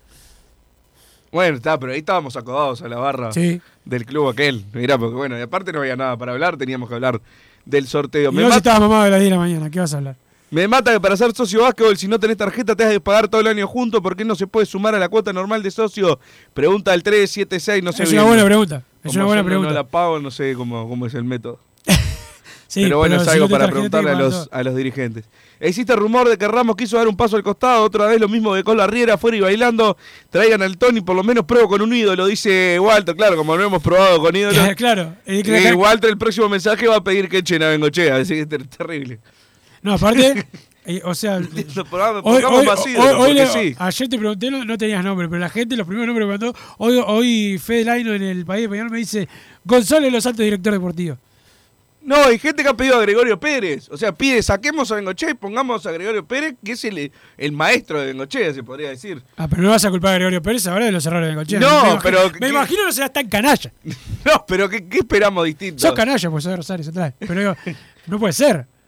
Bueno, está, pero ahí estábamos acodados a la barra sí. del club aquel. Mirá, porque bueno, y aparte no había nada para hablar, teníamos que hablar del sorteo. Y me vos mata... estabas mamado de las diez de la mañana, ¿qué vas a hablar? Me mata que para ser socio básquetbol, si no tenés tarjeta, te has de pagar todo el año junto. ¿Por qué no se puede sumar a la cuota normal de socio? Pregunta el tres siete seis, no sé. Es bien. una buena pregunta. Es una buena yo pregunta. No, no la pago, no sé cómo, cómo es el método. Sí, pero bueno, pero es si algo no para tarjeta, preguntarle a los, a los dirigentes. Existe rumor de que Ramos quiso dar un paso al costado, otra vez lo mismo de Cola Riera, afuera y bailando. Traigan al Tony, por lo menos pruebo con un ídolo, dice Walter. Claro, como no hemos probado con ídolos. Claro. Eh, eh, Walter, el próximo mensaje va a pedir que echen a Bengochea, así que es terrible. No, aparte, eh, o sea, pongamos hoy, hoy, más ídolos, hoy, hoy sí. Ayer te pregunté, no, no tenías nombre, pero la gente, los primeros nombres que mandó, hoy, hoy Fede Laino en el País de Peñarol me dice, González Los Santos, director deportivo. No, hay gente que ha pedido a Gregorio Pérez. O sea, pide, saquemos a Bengochea y pongamos a Gregorio Pérez, que es el, el maestro de Bengochea, se podría decir. Ah, pero no vas a culpar a Gregorio Pérez ahora de los errores de Bengochea. No, me pero... Imagino, me imagino no serás tan canalla. No, pero ¿qué, qué esperamos distinto? Sos canalla, pues sos de Rosario Central. Pero digo, no puede ser.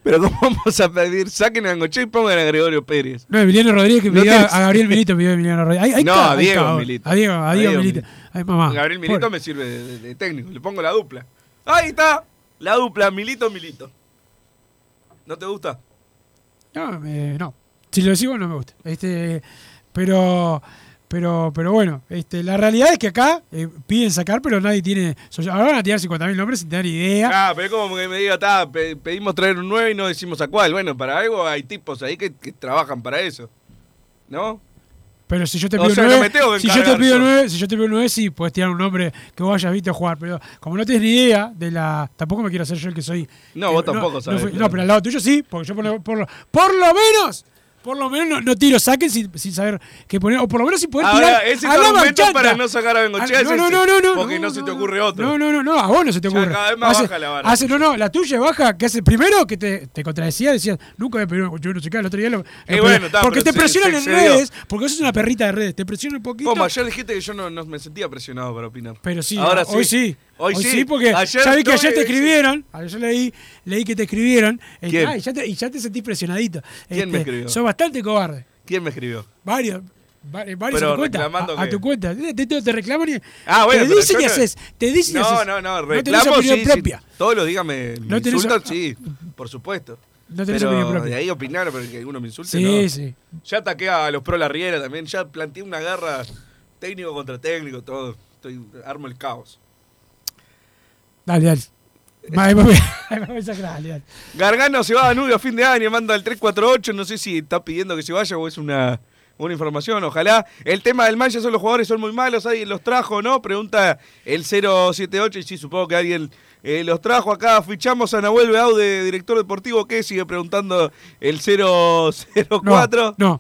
Pero ¿cómo vamos a pedir? Saquen a Bengochea y pongan a Gregorio Pérez. No, Emiliano Rodríguez que No pidió tenés- a Gabriel Milito, pidió a Emiliano Rodríguez. Ahí, ahí No, está, a ahí Diego está, Milito. A Diego, a A Diego Diego Milito. Milito. Ay, mamá. Gabriel Milito Pobre. me sirve de, de- de técnico. Le pongo la dupla. Ahí está. La dupla, Milito, Milito. ¿No te gusta? No, eh, no. Si lo decimos no me gusta. Este, pero, pero, pero bueno, este, la realidad es que acá eh, piden sacar, pero nadie tiene. Ahora van a tirar cincuenta mil nombres sin tener idea. Ah, pero es como que me diga, ta, pe- pedimos traer un nueve y no decimos a cuál. Bueno, para algo hay tipos ahí que, que trabajan para eso. ¿No? Pero si yo te O pido sea, nueve, no me tengo que si yo te encargar pido yo. nueve, si yo te pido nueve, sí, puedes tirar un nombre que vos hayas visto jugar. Pero como no tienes ni idea de la. Tampoco me quiero hacer yo el que soy. No, que vos tampoco no, sabés, No, fui- claro. no, pero al lado tuyo sí, porque yo por lo, por lo, por lo menos. Por lo menos no, no tiro saquen sin, sin saber qué poner. O por lo menos sin poder Ahora, tirar. ese a la argumento marchanta. para no sacar a Bengochea Ah, es no, no, ese, no, no, no, porque no, no, se no, te ocurre otro. No, no, no, no, a vos no se te Ya ocurre. cada vez más Hace- baja la vara. hace- no, no, la tuya baja, que hace primero que te, te contradecía, decías, nunca me pedido yo no sé qué, el otro día lo, lo Eh, bueno, está, porque pero te se- presionan se en excedió. redes, porque vos sos una perrita de redes, te presionan un poquito. ¿Cómo? Ayer dijiste que yo no, no me sentía presionado para opinar. Pero sí, Ahora hoy sí. Hoy, Hoy sí. sí, porque Ayer ya vi que no, ayer te eh, escribieron, ayer leí, leí que te escribieron, eh, ¿Quién? ah, y ya te, y ya te sentís presionadito. ¿Quién me escribió? Sos bastante cobarde. ¿Quién me escribió? Varios. va- Varios Pero a tu cuenta. reclamando A, a qué. tu cuenta. Te, te, te reclaman y. Ah, bueno, te pero dicen yo y no- haces. Te dicen y No, haces. no, no, No tenés reclamo opinión sí, propia. sí. Todos los días me, me No tenés insultan, op- sí, por supuesto. No tenés pero opinión propia. de ahí opinar, pero que alguno me insulte, Sí, no. sí. Ya ataqué a los pro la Riera también, ya planteé una guerra técnico contra técnico, todo. Estoy, armo el caos. Dale, dale. Va, ahí me voy- ahí me voy a sacar, dale, dale. Gargano se va a Danubio a fin de año, manda el tres cuatro ocho, no sé si está pidiendo que se vaya o es una, una información, ojalá. El tema del Mancha son los jugadores son muy malos, ¿alguien los trajo no? Pregunta el cero siete ocho y sí, supongo que alguien eh, los trajo acá. Fichamos a Nahuel Beau de director deportivo, ¿qué? Sigue preguntando el cero cero cuatro. No,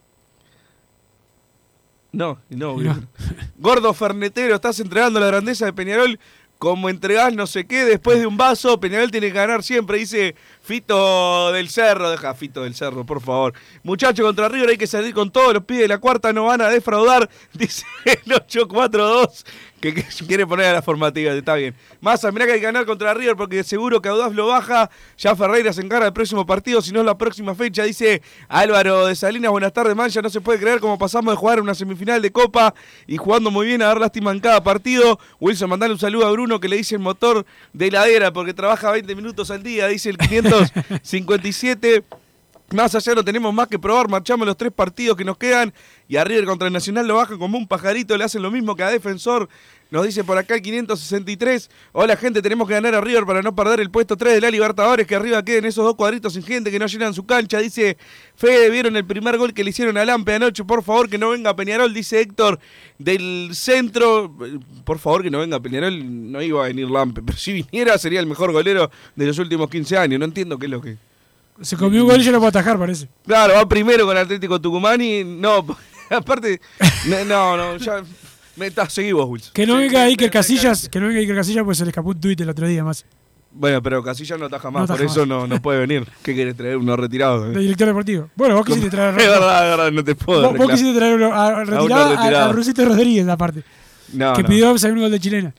No, no, no. Gordo Fernetero, estás entregando la grandeza de Peñarol como entregás no sé qué después de un vaso. Peñarol tiene que ganar siempre, dice Fito del Cerro. Deja Fito del Cerro, por favor. Muchachos, contra River hay que salir con todos los pibes de la cuarta, no van a defraudar, dice el ocho cuatro dos, que, que quiere poner a la formativa, está bien. Massa, mirá que hay que ganar contra River porque seguro que Audaz lo baja. Ya Ferreira se encarga del próximo partido, si no es la próxima fecha, dice Álvaro de Salinas. Buenas tardes, Mancha, no se puede creer cómo pasamos de jugar una semifinal de Copa y jugando muy bien a dar lástima en cada partido. Wilson, mandale un saludo a Bruno que le dice el motor de heladera porque trabaja veinte minutos al día, dice el quinientos cincuenta y siete. Más allá no tenemos más que probar, marchamos los tres partidos que nos quedan y a River contra el Nacional lo bajan como un pajarito, le hacen lo mismo que a Defensor. Nos dice por acá el quinientos sesenta y tres. Hola gente, tenemos que ganar a River para no perder el puesto tres de la Libertadores, que arriba queden esos dos cuadritos sin gente que no llenan su cancha. Dice Fede, ¿vieron el primer gol que le hicieron a Lampe anoche? Por favor que no venga Peñarol, dice Héctor del centro. Por favor que no venga Peñarol, no iba a venir Lampe, pero si viniera sería el mejor golero de los últimos quince años. No entiendo qué es lo que... Se comió un gol y ya lo puedo atajar, parece. Claro, va primero con Atlético Tucumán y no, aparte, no, no, no ya me estás seguí vos, Wilson. Que no Sí, venga me- Iker me- Casillas, que no venga Iker Casillas porque se le escapó un tuit el otro día más. Bueno, pero Casillas no ataja más, No por ataja eso más. no, no puede venir. ¿Qué querés traer? Uno retirado. De director deportivo. Bueno, vos quisiste traer Es verdad, es verdad, no te puedo Vos, vos reclamar. quisiste traer uno a, a, retirado, a, retirado. a Rusito Rodríguez, aparte. No, que no. pidió un segundo gol de chilena.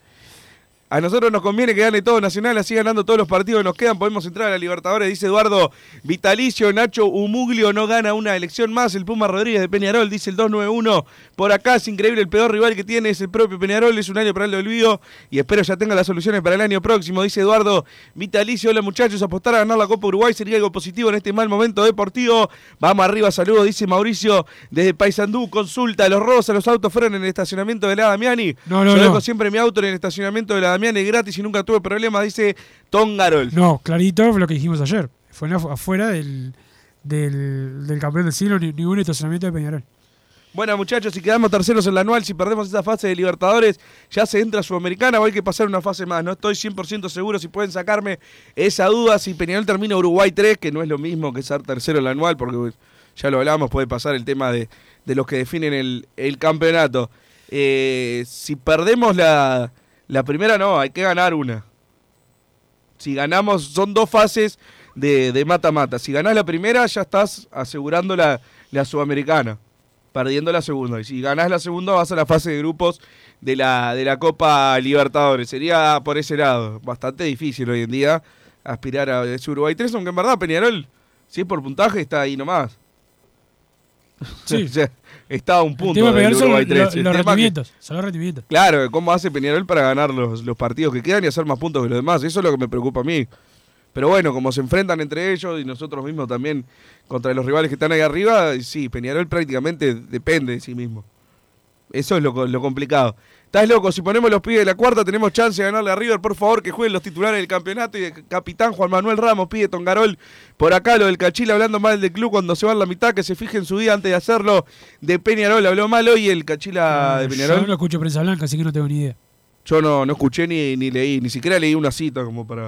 A nosotros nos conviene que gane todo Nacional, así ganando todos los partidos que nos quedan, podemos entrar a la Libertadores, dice Eduardo Vitalicio. Nacho Umuglio no gana una elección más, el Puma Rodríguez de Peñarol, dice el dos nueve uno. Por acá es increíble, el peor rival que tiene es el propio Peñarol, es un año para el olvido y espero ya tenga las soluciones para el año próximo, dice Eduardo Vitalicio. Hola muchachos, apostar a ganar la Copa Uruguay sería algo positivo en este mal momento deportivo. Vamos arriba, saludos, dice Mauricio desde Paysandú. Consulta, los robos a los autos fueron en el estacionamiento de la Damiani. No, no, Yo no. dejo siempre mi auto en el estacionamiento de la Damiani gratis y nunca tuve problemas, dice Tongarol. No, clarito fue lo que dijimos ayer. Fue en- afuera del, del, del campeón del siglo, ni, ningún estacionamiento de Peñarol. Bueno muchachos, si quedamos terceros en la anual, si perdemos esa fase de Libertadores, ya se entra a Sudamericana o hay que pasar una fase más. No estoy cien por ciento seguro si pueden sacarme esa duda. Si Peñarol termina Uruguay tres, que no es lo mismo que ser tercero en la anual, porque ya lo hablamos, puede pasar el tema de, de los que definen el, el campeonato. Eh, si perdemos la, la primera, no, hay que ganar una. Si ganamos, son dos fases de de mata-mata. Si ganás la primera, ya estás asegurando la, la Sudamericana, perdiendo la segunda. Y si ganás la segunda, vas a la fase de grupos de la, de la Copa Libertadores. Sería por ese lado. Bastante difícil hoy en día aspirar a ese Uruguay tres, aunque en verdad Peñarol, si es por puntaje, está ahí nomás. Sí. O sea, está a un punto el tema del son Uruguay tres. Lo, los rendimientos, que, son los rendimientos. Claro, cómo hace Peñarol para ganar los, los partidos que quedan y hacer más puntos que los demás. Eso es lo que me preocupa a mí. Pero bueno, como se enfrentan entre ellos y nosotros mismos también contra los rivales que están ahí arriba, sí, Peñarol prácticamente depende de sí mismo. Eso es lo, lo complicado. Estás loco, si ponemos los pibes de la cuarta tenemos chance de ganarle a River, por favor que jueguen los titulares del campeonato y el capitán Juan Manuel Ramos pide Tongarol. Por acá lo del Cachila hablando mal del club cuando se va a la mitad, que se fije en su día antes de hacerlo. De Peñarol habló mal hoy el Cachila de Peñarol. Yo no escucho prensa blanca, así que no tengo ni idea. Yo no, no escuché ni, ni leí, ni siquiera leí una cita como para...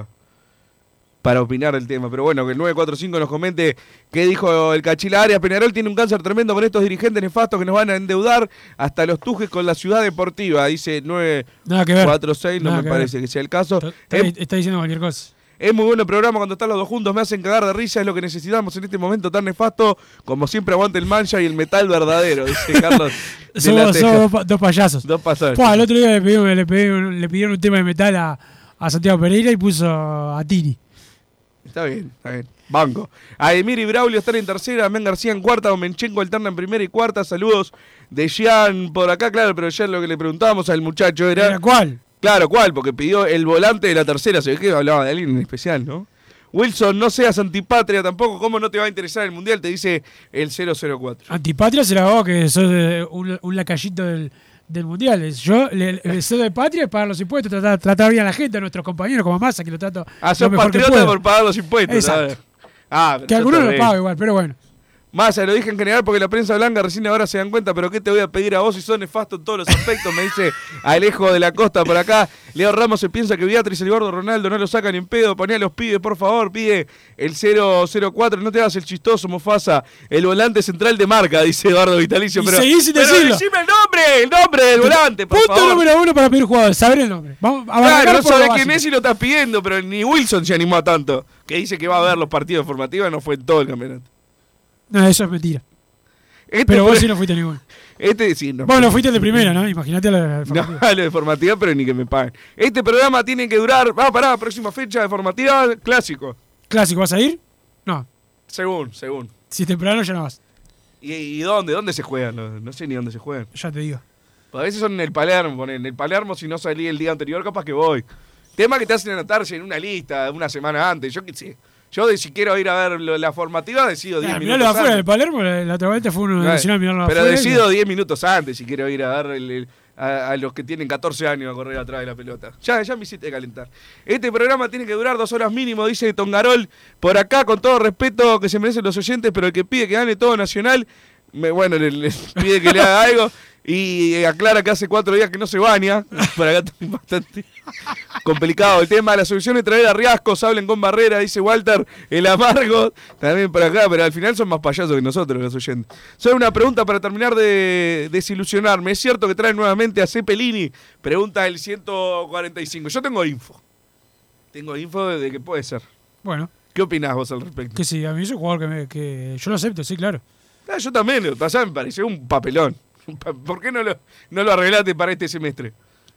para opinar del tema, pero bueno, que el nueve cuatro cinco nos comente qué dijo el Cachila Arias. Peñarol tiene un cáncer tremendo con estos dirigentes nefastos que nos van a endeudar hasta los tujes con la ciudad deportiva, dice nueve cuatro seis, no me parece que sea el caso. Está, es, está diciendo cualquier cosa. Es muy bueno el programa cuando están los dos juntos, me hacen cagar de risa, es lo que necesitamos en este momento tan nefasto, como siempre aguante el mancha y el metal verdadero, dice Carlos. Somos dos, dos payasos. Dos payasos. Pua, el otro día le pidieron, le, pidieron, le pidieron un tema de metal a, a Santiago Pereira y puso a Tini. Está bien, está bien. Banco. Ademir y Braulio están en tercera, Men García en cuarta, Domenchenko alterna en primera y cuarta. Saludos de Jean por acá, claro, pero ya lo que le preguntábamos al muchacho era... ¿Era cuál? Claro, ¿cuál? Porque pidió el volante de la tercera, se ve que hablaba de alguien en especial, ¿no? Wilson, no seas antipatria tampoco, ¿cómo no te va a interesar el Mundial? Te dice el cero cero cuatro. Antipatria será vos, que sos un, un lacayito del... del Mundial. Yo, el deseo de patria es pagar los impuestos, tratar, tratar bien a la gente, a nuestros compañeros como Massa, que lo trato. Ah, sos patriota por pagar los impuestos. Exacto. Ah, que algunos lo pagan igual, pero bueno. Massa, lo dije en general porque la prensa blanca recién ahora se dan cuenta, pero ¿qué te voy a pedir a vos si sos nefasto en todos los aspectos? Me dice Alejo de la Costa por acá. Leo Ramos se piensa que Beatriz, el gordo Ronaldo no lo sacan ni en pedo. Poné a los pibes, por favor, pide el cero cero cuatro. No te hagas el chistoso, Mufasa. El volante central de marca, dice Eduardo Vitalicio. Y pero seguí sin pero decirlo. decime el nombre, el nombre del volante, por Punto favor. número uno para pedir jugadores, saber el nombre. Vamos a Claro, no por sabés lo quién básico. es y lo estás pidiendo, pero ni Wilson se animó a tanto. Que dice que va a ver los partidos formativos, no fue en todo el campeonato. No, eso es mentira. Este pero vos fue... sí no fuiste ninguno. Este sí, no. Vos no fuiste el de primera, ¿no? Imagínate la de formativa. No, lo de formativa, pero ni que me paguen. Este programa tiene que durar. Ah, pará, próxima fecha de formativa, clásico. ¿Clásico vas a ir? No. Según, según. Si es temprano ya no vas. ¿Y, y dónde? ¿Dónde se juegan? No, no sé ni dónde se juegan. Ya te digo. Pues a veces son en el Palermo, ponen. En el Palermo, si no salí el día anterior, capaz que voy. Tema que te hacen anotarse en una lista una semana antes. Yo qué sé. Yo de si quiero ir a ver lo, la formativa decido diez Ah, minutos miralo antes. afuera, el Palermo, la, la otra vez fue uno Claro, nacional mirarlo pero afuera. decido diez minutos antes si quiero ir a ver el, el, a, a los que tienen catorce años a correr atrás de la pelota. Ya, ya me hiciste calentar. Este programa tiene que durar dos horas mínimo, dice Tongarol. Por acá, con todo respeto que se merecen los oyentes, pero el que pide que gane todo Nacional, me, bueno, le, le pide que le haga algo. Y aclara que hace cuatro días que no se baña. Por acá está bastante complicado el tema. La solución es traer a Riascos, hablen con Barrera, dice Walter, el amargo. También por acá, pero al final son más payasos que nosotros los oyentes. Solo una pregunta para terminar de desilusionarme. ¿Es cierto que traen nuevamente a Cepelini? Pregunta el ciento cuarenta y cinco. Yo tengo info. Tengo info de que puede ser. Bueno. ¿Qué opinás vos al respecto? Que sí, a mí es un jugador que, me, que yo lo acepto, sí, claro. Ah, yo también, lo que pasa me pareció un papelón. ¿Por qué no lo, no lo arreglaste para este semestre?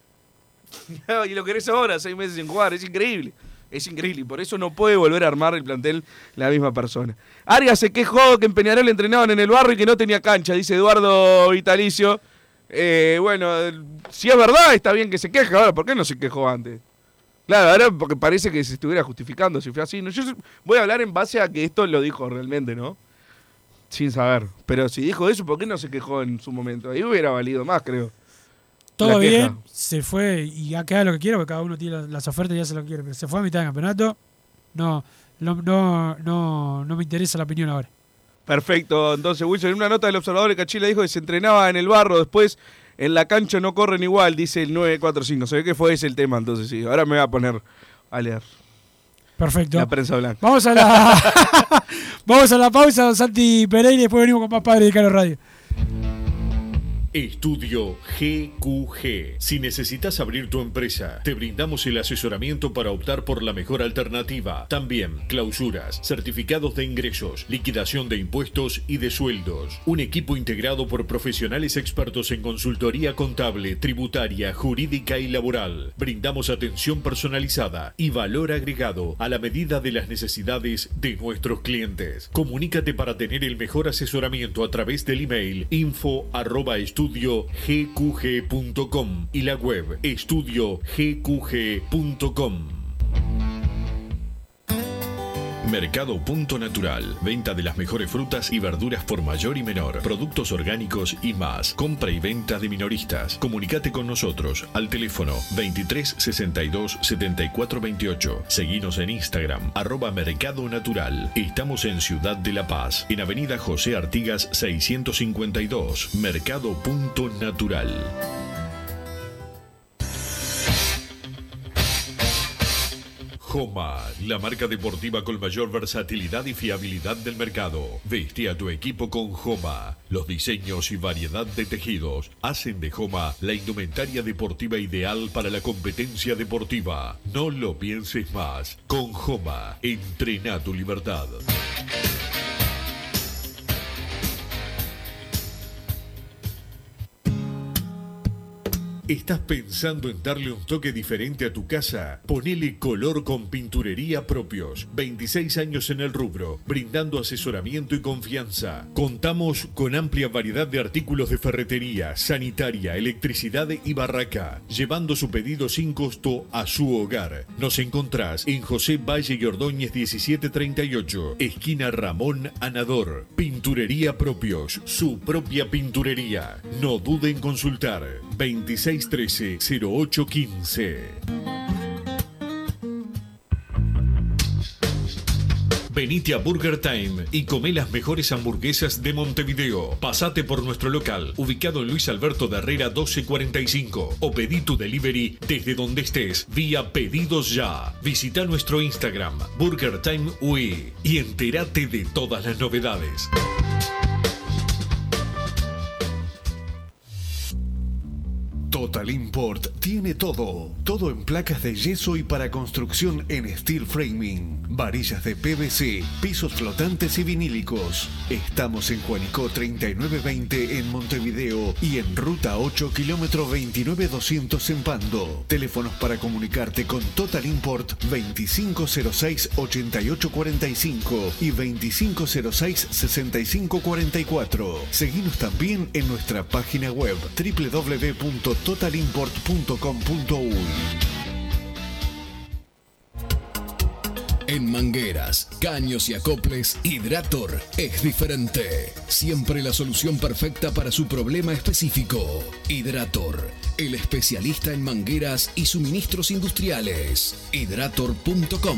Y lo querés ahora, seis meses sin jugar, es increíble. Es increíble y por eso no puede volver a armar el plantel la misma persona. Arias se quejó que en Peñarol entrenaban en el barrio y que no tenía cancha, dice Eduardo Vitalicio. Eh, bueno, si es verdad, está bien que se queje ahora. ¿Por qué no se quejó antes? Claro, ahora porque parece que se estuviera justificando si fue así. No, yo voy a hablar en base a que esto lo dijo realmente, ¿no? Sin saber. Pero si dijo eso, ¿por qué no se quejó en su momento? Ahí hubiera valido más, creo. Todo bien, se fue y ha quedado lo que quiera, porque cada uno tiene las, las ofertas y ya se lo quiere. Pero se fue a mitad del campeonato. No, no, no, no, no me interesa la opinión ahora. Perfecto. Entonces, Wilson, en una nota del Observador de Cachila dijo que se entrenaba en el barro, después en la cancha no corren igual, dice el nueve cuatro cinco. Se ve que fue ese el tema, entonces sí. Ahora me voy a poner a leer. Perfecto. La prensa blanca. Vamos a la Vamos a la pausa, don Santi Pereira, y después venimos con más Padre de Cano Radio. Estudio G Q G. Si necesitas abrir tu empresa, te brindamos el asesoramiento para optar por la mejor alternativa. También clausuras, certificados de ingresos, liquidación de impuestos y de sueldos. Un equipo integrado por profesionales expertos en consultoría contable, tributaria, jurídica y laboral. Brindamos atención personalizada y valor agregado a la medida de las necesidades de nuestros clientes. Comunícate para tener el mejor asesoramiento a través del email info arroba estudio g q g punto com y la web estudio g q g punto com. Mercado Punto Natural. Venta de las mejores frutas y verduras por mayor y menor. Productos orgánicos y más. Compra y venta de minoristas. Comunicate con nosotros al teléfono veintitrés sesenta y dos setenta y cuatro veintiocho. Seguinos en Instagram, arroba Mercado Natural. Estamos en Ciudad de La Paz, en Avenida José Artigas seiscientos cincuenta y dos. Mercado Punto Natural. Joma, la marca deportiva con mayor versatilidad y fiabilidad del mercado. Veste a tu equipo con Joma. Los diseños y variedad de tejidos hacen de Joma la indumentaria deportiva ideal para la competencia deportiva. No lo pienses más. Con Joma, entrena tu libertad. ¿Estás pensando en darle un toque diferente a tu casa? Ponele color con Pinturería Propios. veintiséis años en el rubro, brindando asesoramiento y confianza. Contamos con amplia variedad de artículos de ferretería, sanitaria, electricidad y barraca, llevando su pedido sin costo a su hogar. Nos encontrás en José Valle y Ordóñez diecisiete treinta y ocho, esquina Ramón Anador. Pinturería Propios, su propia pinturería. No dude en consultar. veintiséis trece cero ocho quince. Venite a Burger Time y come las mejores hamburguesas de Montevideo. Pasate por nuestro local, ubicado en Luis Alberto de Herrera doce cuarenta y cinco, o pedí tu delivery desde donde estés, vía Pedidos Ya. Visita nuestro Instagram, Burger Time U E, y entérate de todas las novedades. Total Import tiene todo. Todo en placas de yeso y para construcción en steel framing. Varillas de P V C, pisos flotantes y vinílicos. Estamos en Juanico treinta y nueve veinte en Montevideo y en Ruta ocho, kilómetro veintinueve doscientos en Pando. Teléfonos para comunicarte con Total Import veinticinco cero seis ochenta y ocho cuarenta y cinco y veinticinco cero seis sesenta y cinco cuarenta y cuatro. Seguinos también en nuestra página web doble u doble u doble u punto total import punto com punto uy. En mangueras, caños y acoples, Hidrator es diferente. Siempre la solución perfecta para su problema específico. Hidrator, el especialista en mangueras y suministros industriales. hidrator punto com.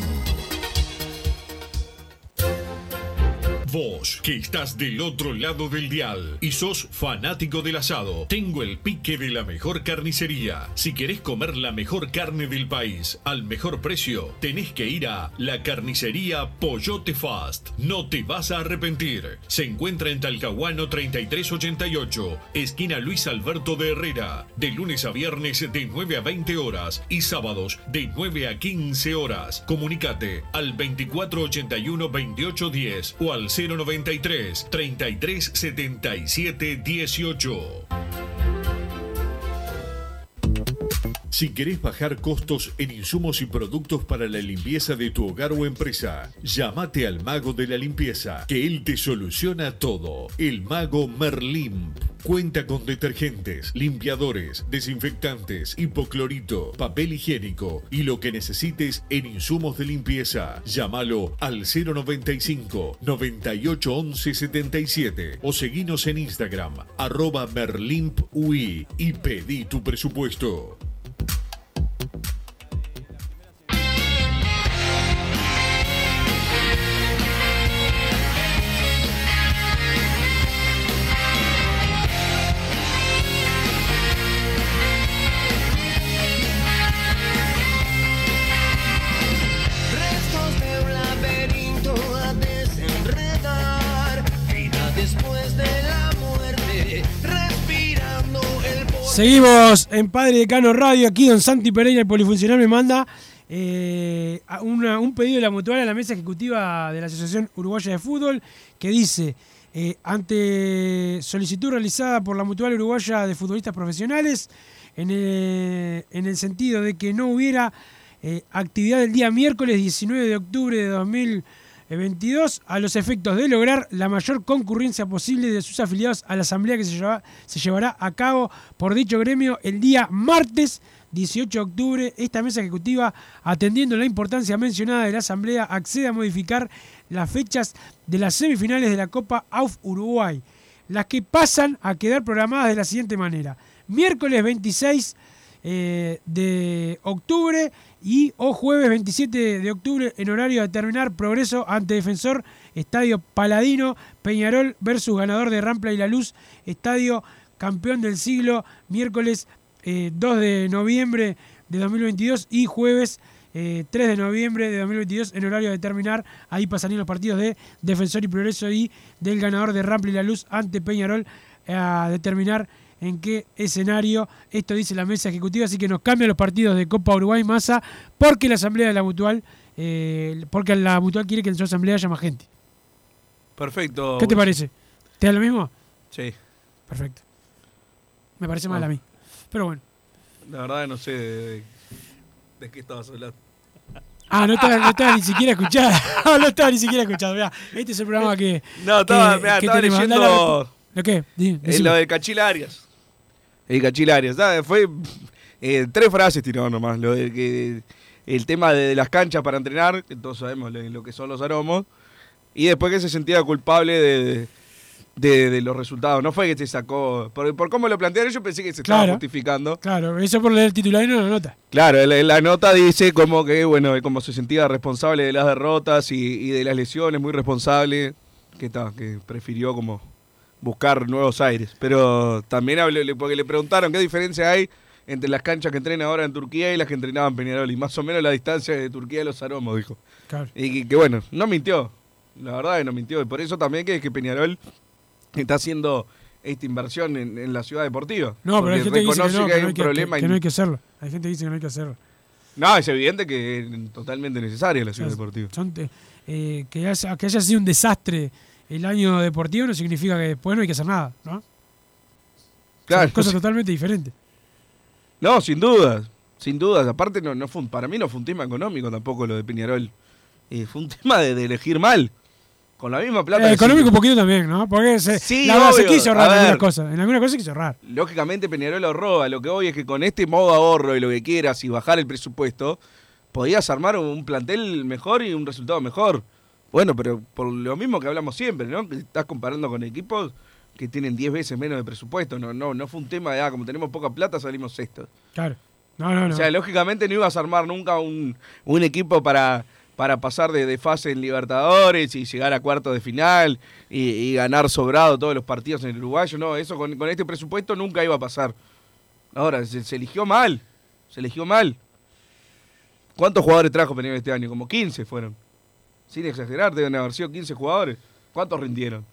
Vos, que estás del otro lado del dial y sos fanático del asado, tengo el pique de la mejor carnicería. Si querés comer la mejor carne del país al mejor precio, tenés que ir a la carnicería Pollote Fast. No te vas a arrepentir. Se encuentra en Talcahuano treinta y tres ochenta y ocho, esquina Luis Alberto de Herrera, de lunes a viernes de nueve a veinte horas y sábados de nueve a quince horas. Comunicate al veinticuatro ochenta y uno veintiocho diez o al cero noventa y tres treinta y tres setenta y siete dieciocho. Si querés bajar costos en insumos y productos para la limpieza de tu hogar o empresa, llámate al mago de la limpieza, que él te soluciona todo. El mago Merlimp. Cuenta con detergentes, limpiadores, desinfectantes, hipoclorito, papel higiénico y lo que necesites en insumos de limpieza. Llámalo al cero noventa y cinco noventa y ocho once setenta y siete o seguinos en Instagram, arroba merlimpui, y pedí tu presupuesto. Después de la muerte, respirando Seguimos en Padre Decano Radio, aquí don Santi Pereira, el polifuncional, me manda eh, una, un pedido de la Mutual a la mesa ejecutiva de la Asociación Uruguaya de Fútbol, que dice, eh, ante solicitud realizada por la Mutual Uruguaya de Futbolistas Profesionales, en el, en el sentido de que no hubiera eh, actividad el día miércoles diecinueve de octubre de dos mil veintidós, a los efectos de lograr la mayor concurrencia posible de sus afiliados a la asamblea que se, lleva, se llevará a cabo por dicho gremio el día martes dieciocho de octubre. Esta mesa ejecutiva, atendiendo la importancia mencionada de la asamblea, accede a modificar las fechas de las semifinales de la Copa A U F Uruguay, las que pasan a quedar programadas de la siguiente manera: miércoles veintiséis eh, de octubre y o jueves veintisiete de octubre en horario de determinar, Progreso ante Defensor, Estadio Paladino; Peñarol versus ganador de Rampla y La Luz, Estadio Campeón del Siglo, miércoles eh, dos de noviembre de dos mil veintidós y jueves eh, tres de noviembre de dos mil veintidós en horario de determinar. Ahí pasarían los partidos de Defensor y Progreso y del ganador de Rampla y La Luz ante Peñarol, a determinar en qué escenario. Esto dice la mesa ejecutiva, así que nos cambian los partidos de Copa Uruguay Massa, porque la asamblea de la Mutual, eh, porque la Mutual quiere que en su asamblea haya más gente. Perfecto. ¿Qué te parece? ¿Te da lo mismo? Sí. Perfecto. Me parece mal ah. a mí. Pero bueno. La verdad no sé de, de, de qué estabas hablando. Ah, no estaba, no estaba ni siquiera escuchado. No estaba ni siquiera escuchado. Mirá, este es el programa que... No, estaba, que, mirá, que estaba leyendo... ¿Lo qué? Dime, es lo de Cachil Arias. El Cachil Arias. ¿Sabes? Fue eh, tres frases tiró nomás. Lo de que el tema de, de las canchas para entrenar, que todos sabemos lo, lo que son los aromos. Y después que se sentía culpable de, de, de los resultados. No fue que se sacó... Por, por cómo lo plantearon, yo pensé que se claro, estaba justificando. Claro, eso por leer el titular y no la nota. Claro, en la, en la nota dice como que, bueno, como se sentía responsable de las derrotas y, y de las lesiones, muy responsable, que, ta, que prefirió como buscar nuevos aires. Pero también hablé, porque le preguntaron qué diferencia hay entre las canchas que entrenan ahora en Turquía y las que entrenaban en Peñarol. Y más o menos la distancia de Turquía a los aromos, dijo. Claro. Y que, que bueno, no mintió. La verdad que no mintió. Y por eso también que, que Peñarol está haciendo esta inversión en, en la ciudad deportiva. No, pero hay gente que dice que no, que hay que no un hay que, problema. que, que no hay que hacerlo. Hay gente que dice que no hay que hacerlo. No, es evidente que es totalmente necesaria la ciudad o sea, deportiva. Son, eh, que, haya, que haya sido un desastre el año deportivo no significa que después no hay que hacer nada, ¿no? Claro. Son cosas totalmente diferentes. No, sin dudas, sin dudas. Aparte, no, no fue un, para mí no fue un tema económico tampoco lo de Peñarol. Eh, fue un tema de, de elegir mal. Con la misma plata. Eh, económico un poquito también, ¿no? Porque se, sí, la verdad obvio. se quiso ahorrar en algunas cosas. En algunas cosas se quiso ahorrar. Lógicamente Peñarol ahorró. A lo que voy es que con este modo ahorro y lo que quieras y bajar el presupuesto, podías armar un plantel mejor y un resultado mejor. Bueno, pero por lo mismo que hablamos siempre, ¿no? Que estás comparando con equipos que tienen diez veces menos de presupuesto. No, no, no fue un tema de, ah, como tenemos poca plata, salimos sextos. Claro. No, no, no. O sea, lógicamente no ibas a armar nunca un, un equipo para, para pasar de, de fase en Libertadores y llegar a cuartos de final y, y ganar sobrado todos los partidos en el uruguayo. No, eso con, con este presupuesto nunca iba a pasar. Ahora, se, se eligió mal. Se eligió mal. ¿Cuántos jugadores trajo Peñarol este año? Como quince fueron. Sin exagerar, deben haber sido quince jugadores. ¿Cuántos rindieron?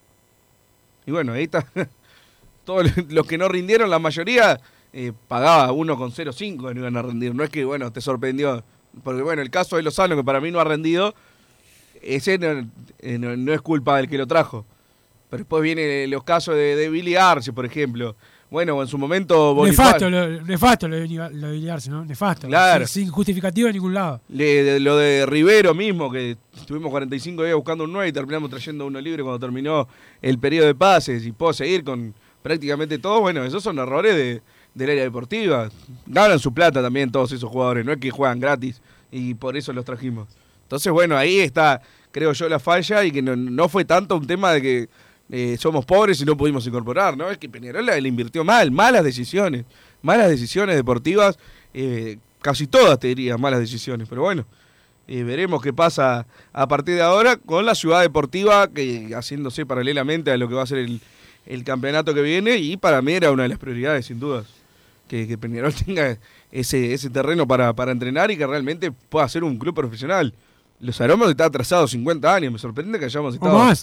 Y bueno, ahí está. Todos los que no rindieron, la mayoría eh, pagaba uno coma cero cinco y no iban a rendir. No es que, bueno, te sorprendió. Porque, bueno, el caso de Lozano, que para mí no ha rendido, ese no, eh, no, no es culpa del que lo trajo. Pero después vienen los casos de, de Billy Arce, por ejemplo. Bueno, en su momento... Nefasto, lo, nefasto lo de, lo de Billy Arce, ¿no? Nefasto. Claro. Sin, sin justificativo de ningún lado. Le, de, lo de Rivero mismo, que estuvimos cuarenta y cinco días buscando un nueve y terminamos trayendo uno libre cuando terminó el periodo de pases y puedo seguir con prácticamente todo. Bueno, esos son errores de, del área deportiva. Ganan su plata también todos esos jugadores, no es que juegan gratis y por eso los trajimos. Entonces, bueno, ahí está, creo yo, la falla y que no, no fue tanto un tema de que Eh, somos pobres y no pudimos incorporar, ¿no? Es que Peñarol le invirtió mal, malas decisiones, malas decisiones deportivas, eh, casi todas te diría malas decisiones, pero bueno, eh, veremos qué pasa a partir de ahora con la ciudad deportiva, que haciéndose paralelamente a lo que va a ser el, el campeonato que viene, y para mí era una de las prioridades, sin dudas, que, que Peñarol tenga ese, ese terreno para, para entrenar y que realmente pueda ser un club profesional. Los Aromos está atrasados cincuenta años, me sorprende que hayamos estado... ¿O más?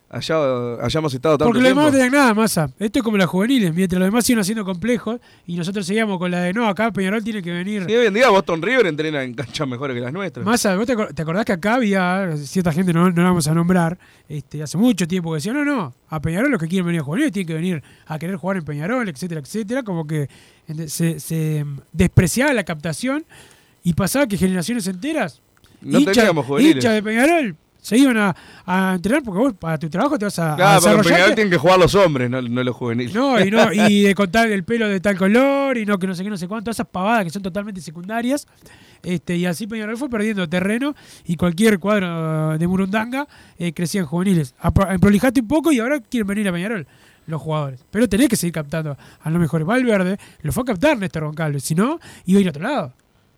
allá hayamos estado tanto Porque los tiempo. demás no tenían nada, Massa. Esto es como las juveniles, mientras los demás iban haciendo complejos y nosotros seguíamos con la de no, acá Peñarol tiene que venir. Sí, hoy en día Boston River entrena en canchas mejores que las nuestras. Massa, ¿vos te, acor- te acordás que acá había cierta gente, no, no la vamos a nombrar, este, hace mucho tiempo que decía, no, no, a Peñarol los que quieren venir a juveniles tienen que venir a querer jugar en Peñarol, etcétera, etcétera, como que se, se despreciaba la captación y pasaba que generaciones enteras, No hinchas, teníamos juveniles. hinchas de Peñarol, se iban a, a entrenar porque vos para tu trabajo te vas a, a Claro, pero en desarrollarte. Peñarol tienen que jugar los hombres, no, no los juveniles. No, y no, y de contar el pelo de tal color, y no que no sé qué, no sé cuánto, todas esas pavadas que son totalmente secundarias. Este, y así Peñarol fue perdiendo terreno y cualquier cuadro de Murundanga eh, crecía en juveniles. Apro- Emprolijate un poco y ahora quieren venir a Peñarol los jugadores. Pero tenés que seguir captando a los mejores. Valverde lo fue a captar Néstor Goncalves, si no, iba a ir a otro lado.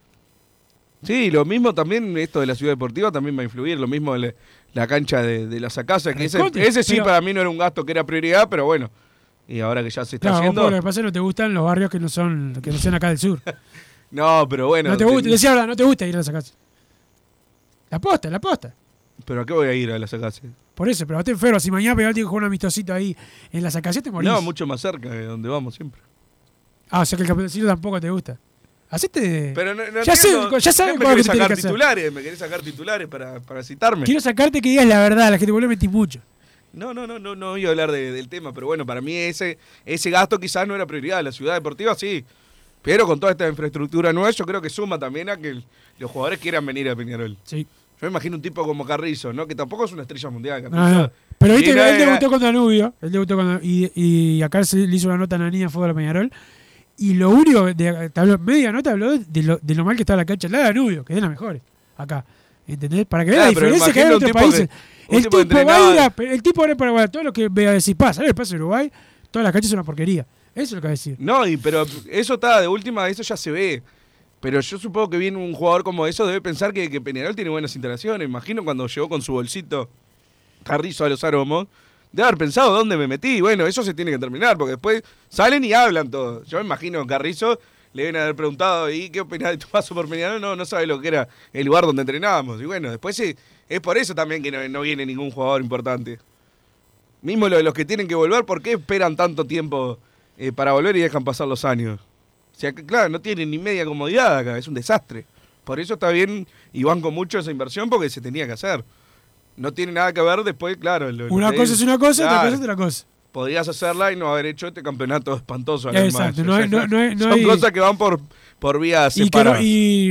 Sí, lo mismo también, esto de la ciudad deportiva también va a influir, lo mismo de la, la cancha de, de las Acasas, que ese, Recontra, ese sí pero- para mí no era un gasto que era prioridad, pero bueno, y ahora que ya se está Claro, vos, haciendo... Pablo, lo que pasa es que no te gustan los barrios que no son que no sean acá del sur. No, pero bueno... no te gusta, ten- decía ahora, no te gusta ir a las casas. La posta, la posta. ¿Pero a qué voy a ir a las Acasas? Por eso, pero vos te enfermo. Si mañana Peñarol tiene que jugar un amistosito ahí en las Acacias, te morís. No, mucho más cerca de donde vamos siempre. Ah, o sea que el campeoncito tampoco te gusta. Hacete. Pero no, no ya sé, entiendo, ya sabes me cuál querés que tenés sacar que hacer. titulares, me querés sacar titulares para, para citarme. Quiero sacarte que digas la verdad, la gente vuelve a mentir mucho. No, no, no, no, no iba a hablar de- del tema, pero bueno, para mí ese, ese gasto quizás no era prioridad. La ciudad deportiva sí, pero con toda esta infraestructura nueva yo creo que suma también a que el- los jugadores quieran venir a Peñarol. Sí. Yo me imagino un tipo como Carrizo, ¿no? Que tampoco es una estrella mundial. No, Carrizo. no. Pero viste, Viene él a- debutó con Danubio. Él debutó con, y, y acá se le hizo una nota a Nanía en Fútbol a Peñarol. Y lo único, de, te habló, media nota habló de lo, de lo mal que estaba la cancha. La de Danubio, que es de las mejores. Acá. ¿Entendés? Para que veas la Claro, pero diferencia que hay en imagino otros un tipo países. que- un el tipo tipo, que va a ir a, entrenaba- el tipo va a ir para bueno, todo lo que vea decir, pasa, el paso de Uruguay, todas las canchas son una porquería. Eso es lo que va a decir. No, y, pero eso está, de última, eso ya se ve. Pero yo supongo que viene un jugador como eso, debe pensar que, que Peñarol tiene buenas instalaciones. Imagino cuando llegó con su bolsito Carrizo a los Aromos, debe haber pensado dónde me metí. Bueno, eso se tiene que terminar, porque después salen y hablan todos. Yo me imagino que Carrizo le deben haber preguntado, ¿y qué opinás de tu paso por Peñarol? No, no sabe lo que era el lugar donde entrenábamos. Y bueno, después sí, es por eso también que no, no viene ningún jugador importante. Mismo lo de los que tienen que volver, ¿por qué esperan tanto tiempo eh, para volver y dejan pasar los años? O sea, que, claro, no tienen ni media comodidad acá, es un desastre. Por eso está bien y banco mucho esa inversión porque se tenía que hacer. No tiene nada que ver después, claro. Lo, lo Una que cosa es una cosa, claro, otra cosa es otra cosa. Podrías hacerla y no haber hecho este campeonato espantoso. además. Exacto, no hay- no- no hay- no Son hay- cosas que van por, por vías Y, que, no- separadas.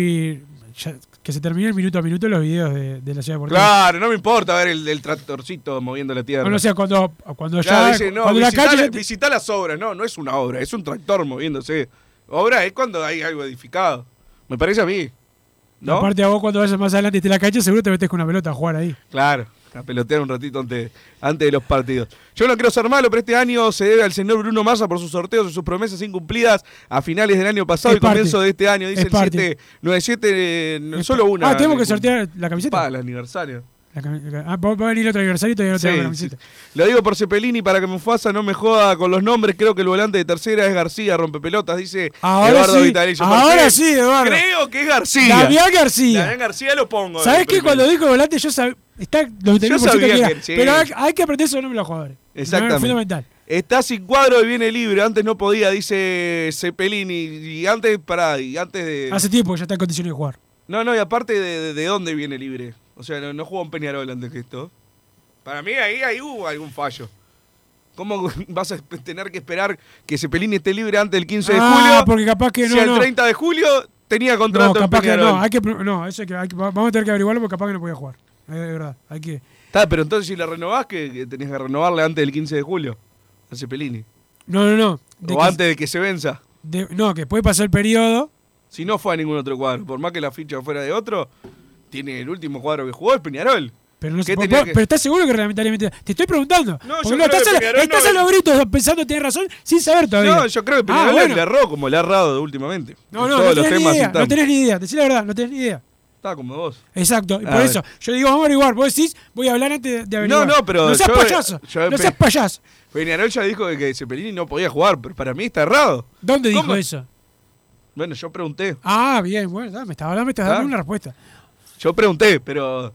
y ya- que se termine el minuto a minuto los videos de, de la ciudad deportiva. Claro, no me importa ver el, el tractorcito moviendo la tierra. Bueno, o sea, cuando, cuando Claro, ya. dice, no, cuando la visitá, cancha. la- visitá las obras. No, no es una obra, es un tractor moviéndose. Obra es cuando hay algo edificado. Me parece a mí. ¿No? Aparte, a vos cuando vayas más adelante y esté la cancha, seguro te metes con una pelota a jugar ahí. Claro, a pelotear un ratito antes, antes de los partidos. Yo no quiero ser malo, pero este año se debe al señor Bruno Massa por sus sorteos y sus promesas incumplidas a finales del año pasado Es y parte. comienzo de este año. Dice Es el parte. siete nueve siete, eh, no, solo una. Ah, tenemos que sortear la camiseta. Para el aniversario. La cami- ah, va va a venir otro aniversario y todavía no Sí, tengo la sí. camiseta. Lo digo por Cepelini para que Mufasa no me joda con los nombres. Creo que el volante de tercera es García, rompepelotas, dice Ahora Eduardo sí, Vitalillo. ¿Por ahora qué? sí, Eduardo. Creo que es García. Damián García. Damián García lo pongo. ¿Sabés de qué? primero. Cuando dijo volante, yo sabía. Está noventa y nueve por ciento sabía que era, que- sí. pero hay, hay que aprender esos nombres de los jugadores. Exactamente. Es fundamental. Está sin cuadro y viene libre. Antes no podía, dice Cepelini. Y antes, pará, y antes de. Hace tiempo que ya está en condiciones de jugar. No, no, y aparte de, de, de dónde viene libre. O sea, no, no jugó en Peñarol antes que esto. Para mí ahí, ahí hubo algún fallo. ¿Cómo vas a tener que esperar que Cepelini esté libre antes del quince de Ah, julio? porque capaz que si no, el no. treinta de julio tenía contrato No, en capaz que Peñarol. no. Hay que, no, eso hay que, hay que- vamos a tener que averiguarlo porque capaz que no podía jugar. Es de verdad. Hay que. Está, pero entonces si la renovás, que, que tenías que renovarle antes del quince de julio. A Cepelini. No, no, no. De O que- antes de que se venza. de- no, que puede pasar el periodo. Si no fue a ningún otro cuadro. Por más que la ficha fuera de otro, tiene el último cuadro que jugó es Peñarol. Pero, no ¿Qué se, tenía po- que- pero ¿estás seguro que reglamentariamente? Te estoy preguntando. No, Porque yo no, creo estás, que a, Peñarol estás no- a los gritos pensando que tienes razón sin saber todavía. No, yo creo que Peñarol Ah, bueno. le erró como le ha errado últimamente. No, En no, todos no los tenés ni temas idea. están. No tenés ni idea. Decí la verdad, no tenés ni idea. Estaba como vos. Exacto. Y A por ver. eso, yo digo, vamos a averiguar. Vos decís, voy a hablar antes de- de No, averiguar. no, pero No seas yo- payaso. yo- no seas payaso. Peñarol ya dijo que, que Cepelini no podía jugar, pero para mí está errado. ¿Dónde dijo ¿Cómo? eso? Bueno, yo pregunté. Ah, bien, bueno, da, me estás hablando, me estás Ah. dando una respuesta. Yo pregunté, pero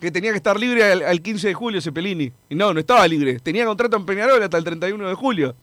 que tenía que estar libre al, al quince de julio Cepelini. Y no, no estaba libre. Tenía contrato en Peñarol hasta el treinta y uno de julio.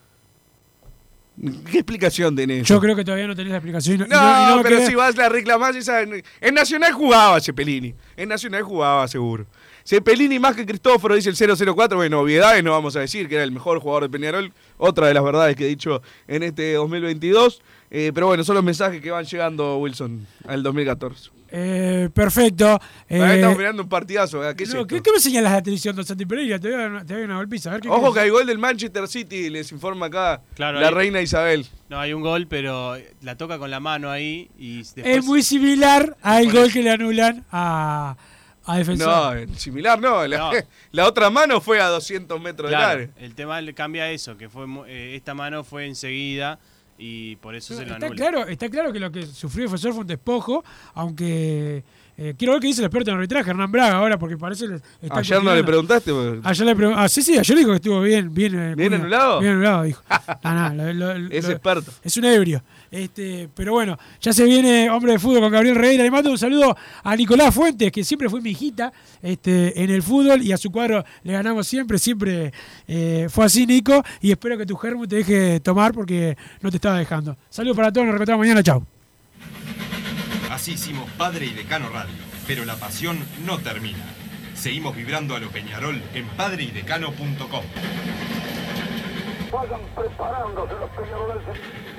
¿Qué explicación tenés? Yo creo que todavía no tenés la explicación. No, y no, y no pero querés... si vas a reclamar, esa... en Nacional jugaba Cepelini. En Nacional jugaba, seguro. Cepelini más que Cristóforo, dice el cero cero cuatro. Bueno, obviedades no vamos a decir, que era el mejor jugador de Peñarol. Otra de las verdades que he dicho en este dos mil veintidós. Eh, pero bueno, son los mensajes que van llegando, Wilson, al dos mil catorce. Eh, perfecto. Eh, eh, estamos mirando un partidazo. ¿Qué, es no, esto? ¿qué, ¿Qué me señalas la televisión de Santi Pereira? Te voy a dar una, te doy una golpiza. A ver, ¿qué Ojo quieres? que hay gol del Manchester City, les informa acá claro, la hay, reina Isabel. No, hay un gol, pero la toca con la mano ahí. Y después... Es muy similar al gol que le anulan a, a Defensor. No, similar no. La, no. la otra mano fue a doscientos metros claro, del área. El tema cambia eso, que fue eh, esta mano fue enseguida y por eso No, se lo está anula. claro, está claro que lo que sufrió Defensor fue un despojo, aunque... Eh, quiero ver qué dice el experto en arbitraje, Hernán Braga, ahora, porque parece que está Ayer no le preguntaste. Porque... Ayer le pregunté. Ah, sí, sí, ayer dijo que estuvo bien. ¿Bien, eh, ¿Bien anulado? Bien anulado, dijo. No, no, lo, lo, es lo, experto. Es un ebrio. Este, pero bueno, ya se viene Hombre de Fútbol con Gabriel Regueira. Le mando un saludo a Nicolás Fuentes, que siempre fue mi hijita este, en el fútbol, y a su cuadro le ganamos siempre, siempre eh, fue así, Nico, y espero que tu germo te deje tomar porque no te estaba dejando. Saludos para todos, nos reencontramos mañana, chau. Así hicimos Padre y Decano Radio. Pero la pasión no termina. Seguimos vibrando a lo Peñarol en padre y decano punto com. Vayan preparándose los peñarolenses.